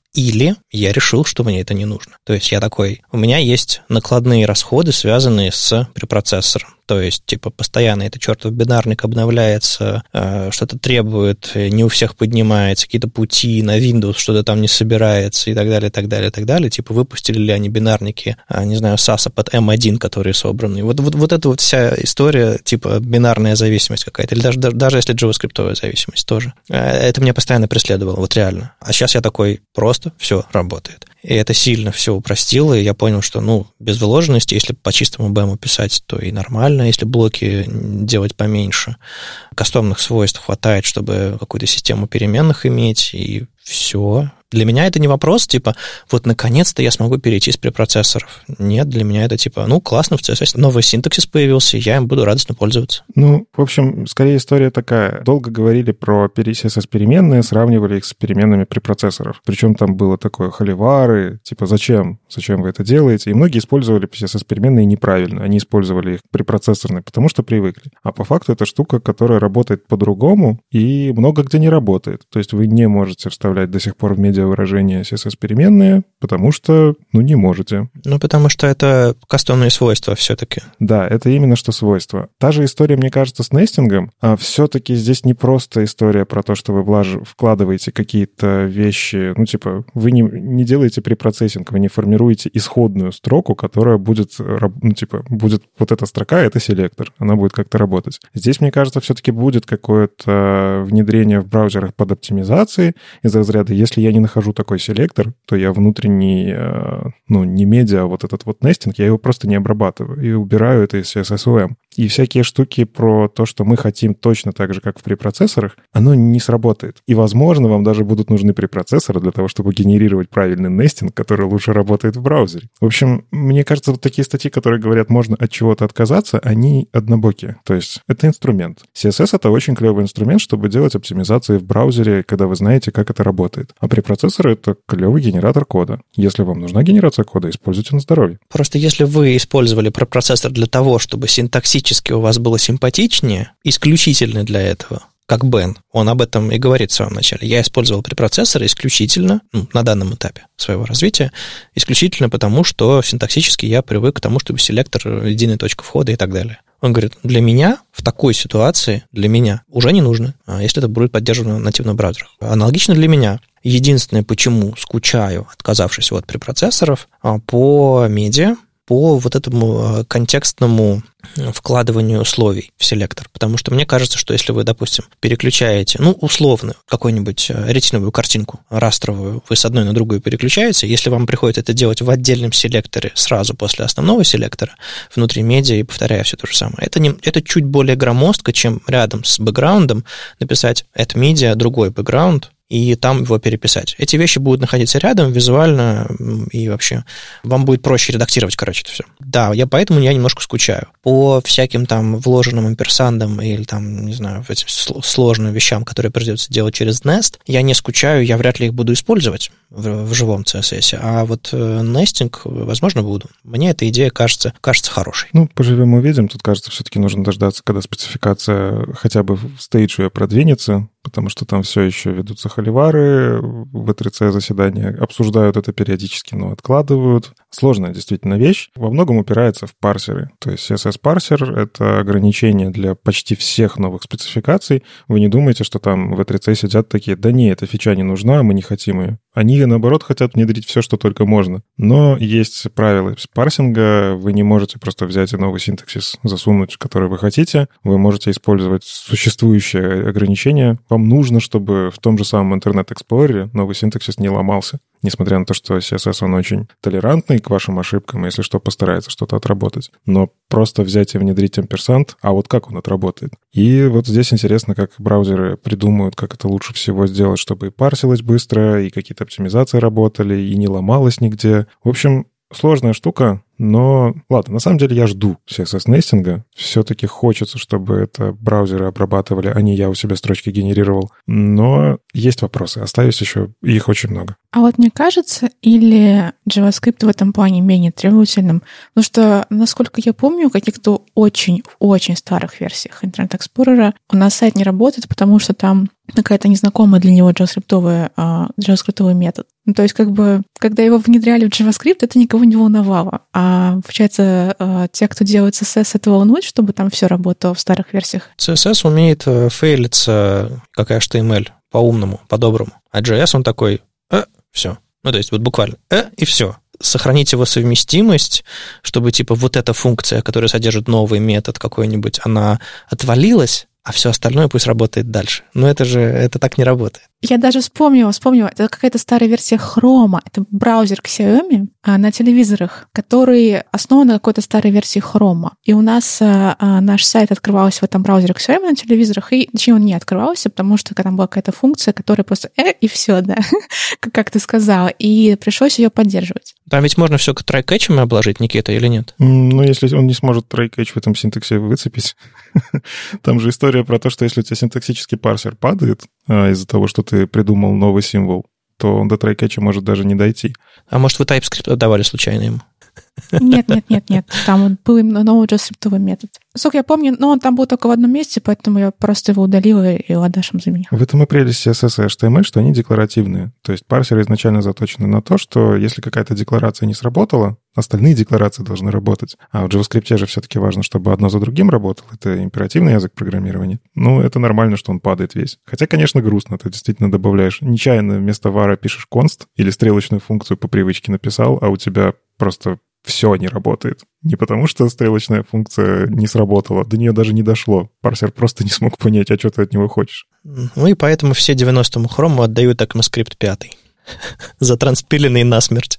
Или я решил, что мне это не нужно. То есть я такой, у меня есть накладные расходы, связанные с препроцессором. То есть, типа, постоянно этот чертов бинарник обновляется, что-то требует, не у всех поднимается, какие-то пути на Windows, что-то там не собирается и так далее, так далее, так далее. Типа, выпустили ли они бинарники, не знаю, саса под эм один, которые собраны. Вот, вот, вот эта вот вся история, типа, бинарная зависимость какая-то, или даже, даже если JavaScript-овая зависимость тоже. Это меня постоянно преследовало, вот реально. А сейчас я такой, просто все работает. И это сильно все упростило, и я понял, что, ну, без вложенности, если по чистому бэму писать, то и нормально, если блоки делать поменьше. Кастомных свойств хватает, чтобы какую-то систему переменных иметь, и все. Для меня это не вопрос, типа, вот наконец-то я смогу перейти с препроцессоров. Нет, для меня это типа, ну, классно, в си эс эс новый синтаксис появился, я им буду радостно пользоваться. Ну, в общем, скорее история такая. Долго говорили про си эс эс-переменные, сравнивали их с переменными препроцессоров. Причем там было такое холивары, типа, зачем? Зачем вы это делаете? И многие использовали си эс эс-переменные неправильно. Они использовали их препроцессорные, потому что привыкли. А по факту это штука, которая работает по-другому и много где не работает. То есть вы не можете вставлять до сих пор в медиа выражения си эс эс-переменные, потому что, ну, не можете. Ну, потому что это кастомные свойства все-таки. Да, это именно что свойства. Та же история, мне кажется, с нестингом. А все-таки здесь не просто история про то, что вы влаж... вкладываете какие-то вещи, ну, типа, вы не, не делаете препроцессинг, вы не формируете исходную строку, которая будет, ну, типа, будет вот эта строка, это селектор, она будет как-то работать. Здесь, мне кажется, все-таки будет какое-то внедрение в браузерах под оптимизацией из разряда, если я не нахожу такой селектор, то я внутренний, ну, не медиа, а вот этот вот нестинг, я его просто не обрабатываю и убираю это из си эс эс о эм. И всякие штуки про то, что мы хотим точно так же, как в препроцессорах, оно не сработает. И, возможно, вам даже будут нужны препроцессоры для того, чтобы генерировать правильный нестинг, который лучше работает в браузере. В общем, мне кажется, вот такие статьи, которые говорят, можно от чего-то отказаться, они однобокие. То есть это инструмент. си эс эс — это очень клевый инструмент, чтобы делать оптимизации в браузере, когда вы знаете, как это работает. А препроцессоры — это клевый генератор кода. Если вам нужна генерация кода, используйте на здоровье. Просто если вы использовали препроцессор для того, чтобы синтаксически у вас было симпатичнее, исключительно для этого, как Бен, он об этом и говорит в самом начале. Я использовал препроцессоры исключительно, ну, на данном этапе своего развития, исключительно потому, что синтаксически я привык к тому, чтобы селектор, единая точка входа и так далее. Он говорит, для меня в такой ситуации, для меня уже не нужно, если это будет поддержано в нативных браузерах. Аналогично для меня. Единственное, почему скучаю, отказавшись от препроцессоров, по медиа, по вот этому контекстному вкладыванию условий в селектор. Потому что мне кажется, что если вы, допустим, переключаете, ну, условно, какую-нибудь ретиновую картинку растровую, вы с одной на другую переключаете, если вам приходится это делать в отдельном селекторе сразу после основного селектора, внутри медиа, и повторяя все то же самое, это, не, это чуть более громоздко, чем рядом с бэкграундом написать at media другой бэкграунд, и там его переписать. Эти вещи будут находиться рядом визуально, и вообще вам будет проще редактировать, короче, это все. Да, я поэтому я немножко скучаю. По всяким там вложенным амперсандам или там, не знаю, этим сложным вещам, которые придется делать через Nest, я не скучаю, я вряд ли их буду использовать в, в живом си эс эс. А вот нестинг, возможно, буду. Мне эта идея кажется, кажется хорошей. Ну, поживем увидим. Тут, кажется, все-таки нужно дождаться, когда спецификация хотя бы в стейджу продвинется, потому что там все еще ведутся холивары, в и три си заседания обсуждают это периодически, но откладывают. Сложная действительно вещь. Во многом упирается в парсеры. То есть си эс эс-парсер — это ограничение для почти всех новых спецификаций. Вы не думаете, что там в и три си сидят такие, да не, эта фича не нужна, мы не хотим ее. Они, наоборот, хотят внедрить все, что только можно. Но есть правила парсинга. Вы не можете просто взять и новый синтаксис засунуть, который вы хотите. Вы можете использовать существующее ограничение. Вам нужно, чтобы в том же самом Internet Explorer новый синтаксис не ломался. Несмотря на то, что си эс эс, он очень толерантный к вашим ошибкам, если что, постарается что-то отработать. Но просто взять и внедрить амперсанд, а вот как он отработает? И вот здесь интересно, как браузеры придумают, как это лучше всего сделать, чтобы и парсилось быстро, и какие-то оптимизации работали, и не ломалось нигде. В общем, сложная штука, но ладно, на самом деле я жду си эс эс-нестинга. Все-таки хочется, чтобы это браузеры обрабатывали, а не я у себя строчки генерировал. Но есть вопросы, остаюсь еще, их очень много. А вот мне кажется, или JavaScript в этом плане менее требовательным, потому что, насколько я помню, в каких-то очень-очень старых версиях Internet Explorer у нас сайт не работает, потому что там какая-то незнакомая для него JavaScript, JavaScript метод. Ну, то есть, как бы, когда его внедряли в JavaScript, это никого не волновало. А, получается, те, кто делает си эс эс, это волнует, чтобы там все работало в старых версиях? си эс эс умеет фейлиться, как эйч ти эм эль, по-умному, по-доброму. А джей эс, он такой, э, все. Ну, то есть, вот буквально, э, и все. Сохранить его совместимость, чтобы, типа, вот эта функция, которая содержит новый метод какой-нибудь, она отвалилась, а все остальное пусть работает дальше. Но это же, это так не работает. Я даже вспомнила, вспомнила, это какая-то старая версия Chrome, это браузер Xiaomi на телевизорах, который основан на какой-то старой версии Chrome. И у нас а, а, наш сайт открывался в этом браузере Xiaomi на телевизорах, и точнее он не открывался, потому что там была какая-то функция, которая просто э, и все, да, как ты сказала, и пришлось ее поддерживать. Там ведь можно все трай-кэтчами обложить, Никита, или нет? Ну, если он не сможет трай-кэтч в этом синтаксе выцепить, там же история про то, что если у тебя синтаксический парсер падает а, из-за того, что ты придумал новый символ, то он до трай-кэтча может даже не дойти. А может, вы TypeScript отдавали случайно ему? Нет, нет, нет, нет. Там был именно новый JavaScript метод. Сколько я помню, но он там был только в одном месте, поэтому я просто его удалила и Ладашем заменила. В этом и прелесть си эс эс и эйч ти эм эль, что они декларативные. То есть парсеры изначально заточены на то, что если какая-то декларация не сработала, остальные декларации должны работать. А в JavaScript же все-таки важно, чтобы одно за другим работало. Это императивный язык программирования. Ну, это нормально, что он падает весь. Хотя, конечно, грустно. Ты действительно добавляешь нечаянно вместо var пишешь const или стрелочную функцию по привычке написал, а у тебя просто все не работает. Не потому, что стрелочная функция не сработала, до нее даже не дошло. Парсер просто не смог понять, а что ты от него хочешь. Ну и поэтому все девяностому хрому отдают ECMAScript пять. Затранспиленный насмерть.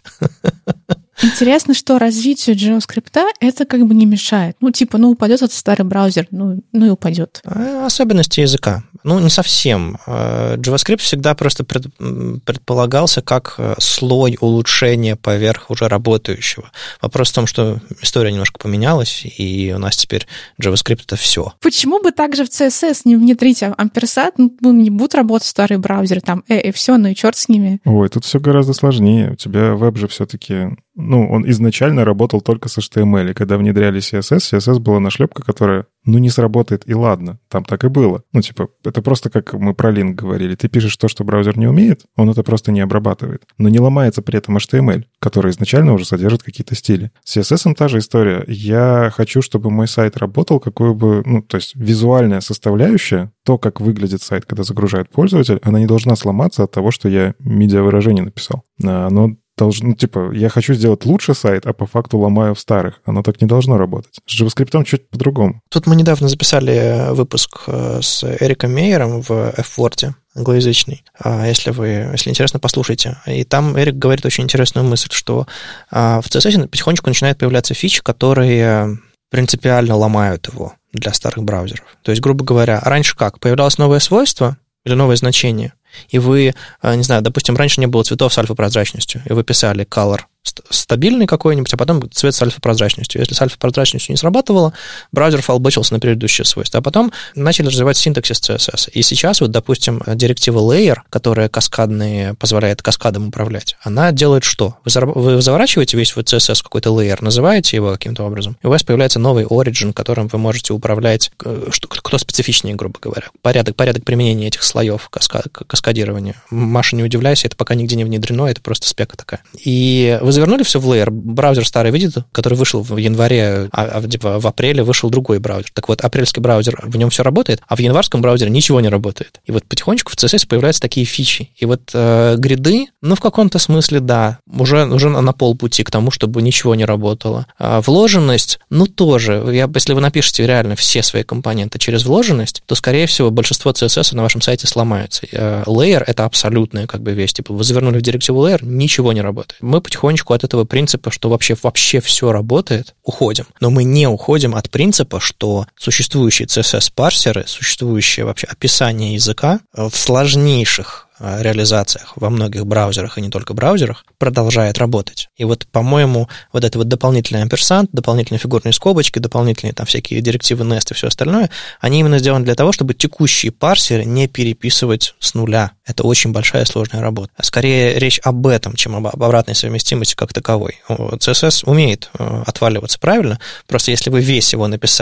Интересно, что развитию JavaScript это как бы не мешает. Ну, типа, ну, упадет этот старый браузер, ну, ну и упадет. Особенности языка. Ну, не совсем. JavaScript всегда просто пред, предполагался как слой улучшения поверх уже работающего. Вопрос в том, что история немножко поменялась, и у нас теперь JavaScript — это все. Почему бы также в си эс эс не внедрить амперсат? Ну, не будут работать старые браузеры, там, э, и все, ну и черт с ними. Ой, тут все гораздо сложнее. У тебя веб же все-таки... Ну, он изначально работал только с эйч ти эм эль, и когда внедряли си эс эс, си эс эс была нашлепка, которая, ну, не сработает, и ладно, там так и было. Ну, типа, это просто как мы про линк говорили. Ты пишешь то, что браузер не умеет, он это просто не обрабатывает. Но не ломается при этом эйч ти эм эль, который изначально уже содержит какие-то стили. С си эс эс та же история. Я хочу, чтобы мой сайт работал, какую бы, ну, то есть визуальная составляющая, то, как выглядит сайт, когда загружает пользователь, она не должна сломаться от того, что я медиавыражение написал. Оно должно, ну, типа, я хочу сделать лучше сайт, а по факту ломаю в старых. Оно так не должно работать. С JavaScript чуть по-другому. Тут мы недавно записали выпуск с Эриком Мейером в F-Word, англоязычный. Если вы, если интересно, послушайте. И там Эрик говорит очень интересную мысль, что в си эс эс потихонечку начинают появляться фичи, которые принципиально ломают его для старых браузеров. То есть, грубо говоря, раньше как? Появлялось новое свойство или новое значение, и вы, не знаю, допустим, раньше не было цветов с альфа-прозрачностью, и вы писали color стабильный какой-нибудь, а потом цвет с альфа-прозрачностью. Если с альфа-прозрачностью не срабатывало, браузер фалбычился на предыдущее свойство. А потом начали развивать синтаксис си эс эс. И сейчас, вот, допустим, директива layer, которая каскадные, позволяет каскадом управлять, она делает что? Вы, зар... вы заворачиваете весь в си эс эс в какой-то layer, называете его каким-то образом, и у вас появляется новый origin, которым вы можете управлять, что, кто специфичнее, грубо говоря. Порядок, порядок применения этих слоев каска... каскадирования. Маша, не удивляйся, это пока нигде не внедрено, это просто спека такая. И вы завернули все в layer, браузер старый видит, который вышел в январе, а, а типа, в апреле вышел другой браузер. Так вот, апрельский браузер, в нем все работает, а в январском браузере ничего не работает. И вот потихонечку в си эс эс появляются такие фичи. И вот э, гриды, ну, в каком-то смысле, да, уже, уже на полпути к тому, чтобы ничего не работало. А вложенность, ну, тоже. Я, если вы напишете реально все свои компоненты через вложенность, то, скорее всего, большинство си эс эс на вашем сайте сломается. Layer — это абсолютная как бы вещь. Типа, вы завернули в директиву layer, ничего не работает. Мы потихонечку от этого принципа, что вообще, вообще все работает, уходим. Но мы не уходим от принципа, что существующие си эс эс-парсеры, существующее вообще описание языка в сложнейших реализациях во многих браузерах и не только браузерах продолжает работать. И вот, по-моему, вот это вот дополнительный амперсант, дополнительные фигурные скобочки, дополнительные там всякие директивы nest и все остальное, они именно сделаны для того, чтобы текущие парсеры не переписывать с нуля. Это очень большая сложная работа. Скорее речь об этом, чем об обратной совместимости как таковой. си эс эс умеет отваливаться правильно, просто если вы весь его написали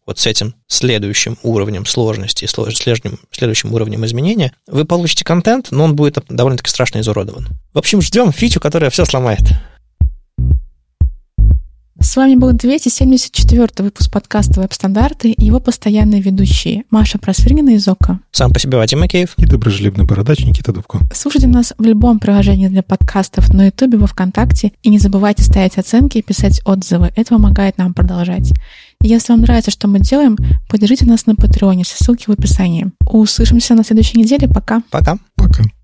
вот с этим следующим уровнем сложности, следующим, следующим уровнем изменения, вы получите контент, но он будет довольно-таки страшно изуродован. В общем, ждем фичу, которая все сломает. С вами был двести семьдесят четвёртый выпуск подкаста «Веб-стандарты» и его постоянные ведущие Маша Просвиргина из ОКО. Сам по себе Вадим Макеев. И доброжелюбный бородач Никита Дубко. Слушайте нас в любом приложении для подкастов на Ютубе, во Вконтакте. И не забывайте ставить оценки и писать отзывы. Это помогает нам продолжать. Если вам нравится, что мы делаем, поддержите нас на Патреоне. Все ссылки в описании. Услышимся на следующей неделе. Пока. Пока. Пока.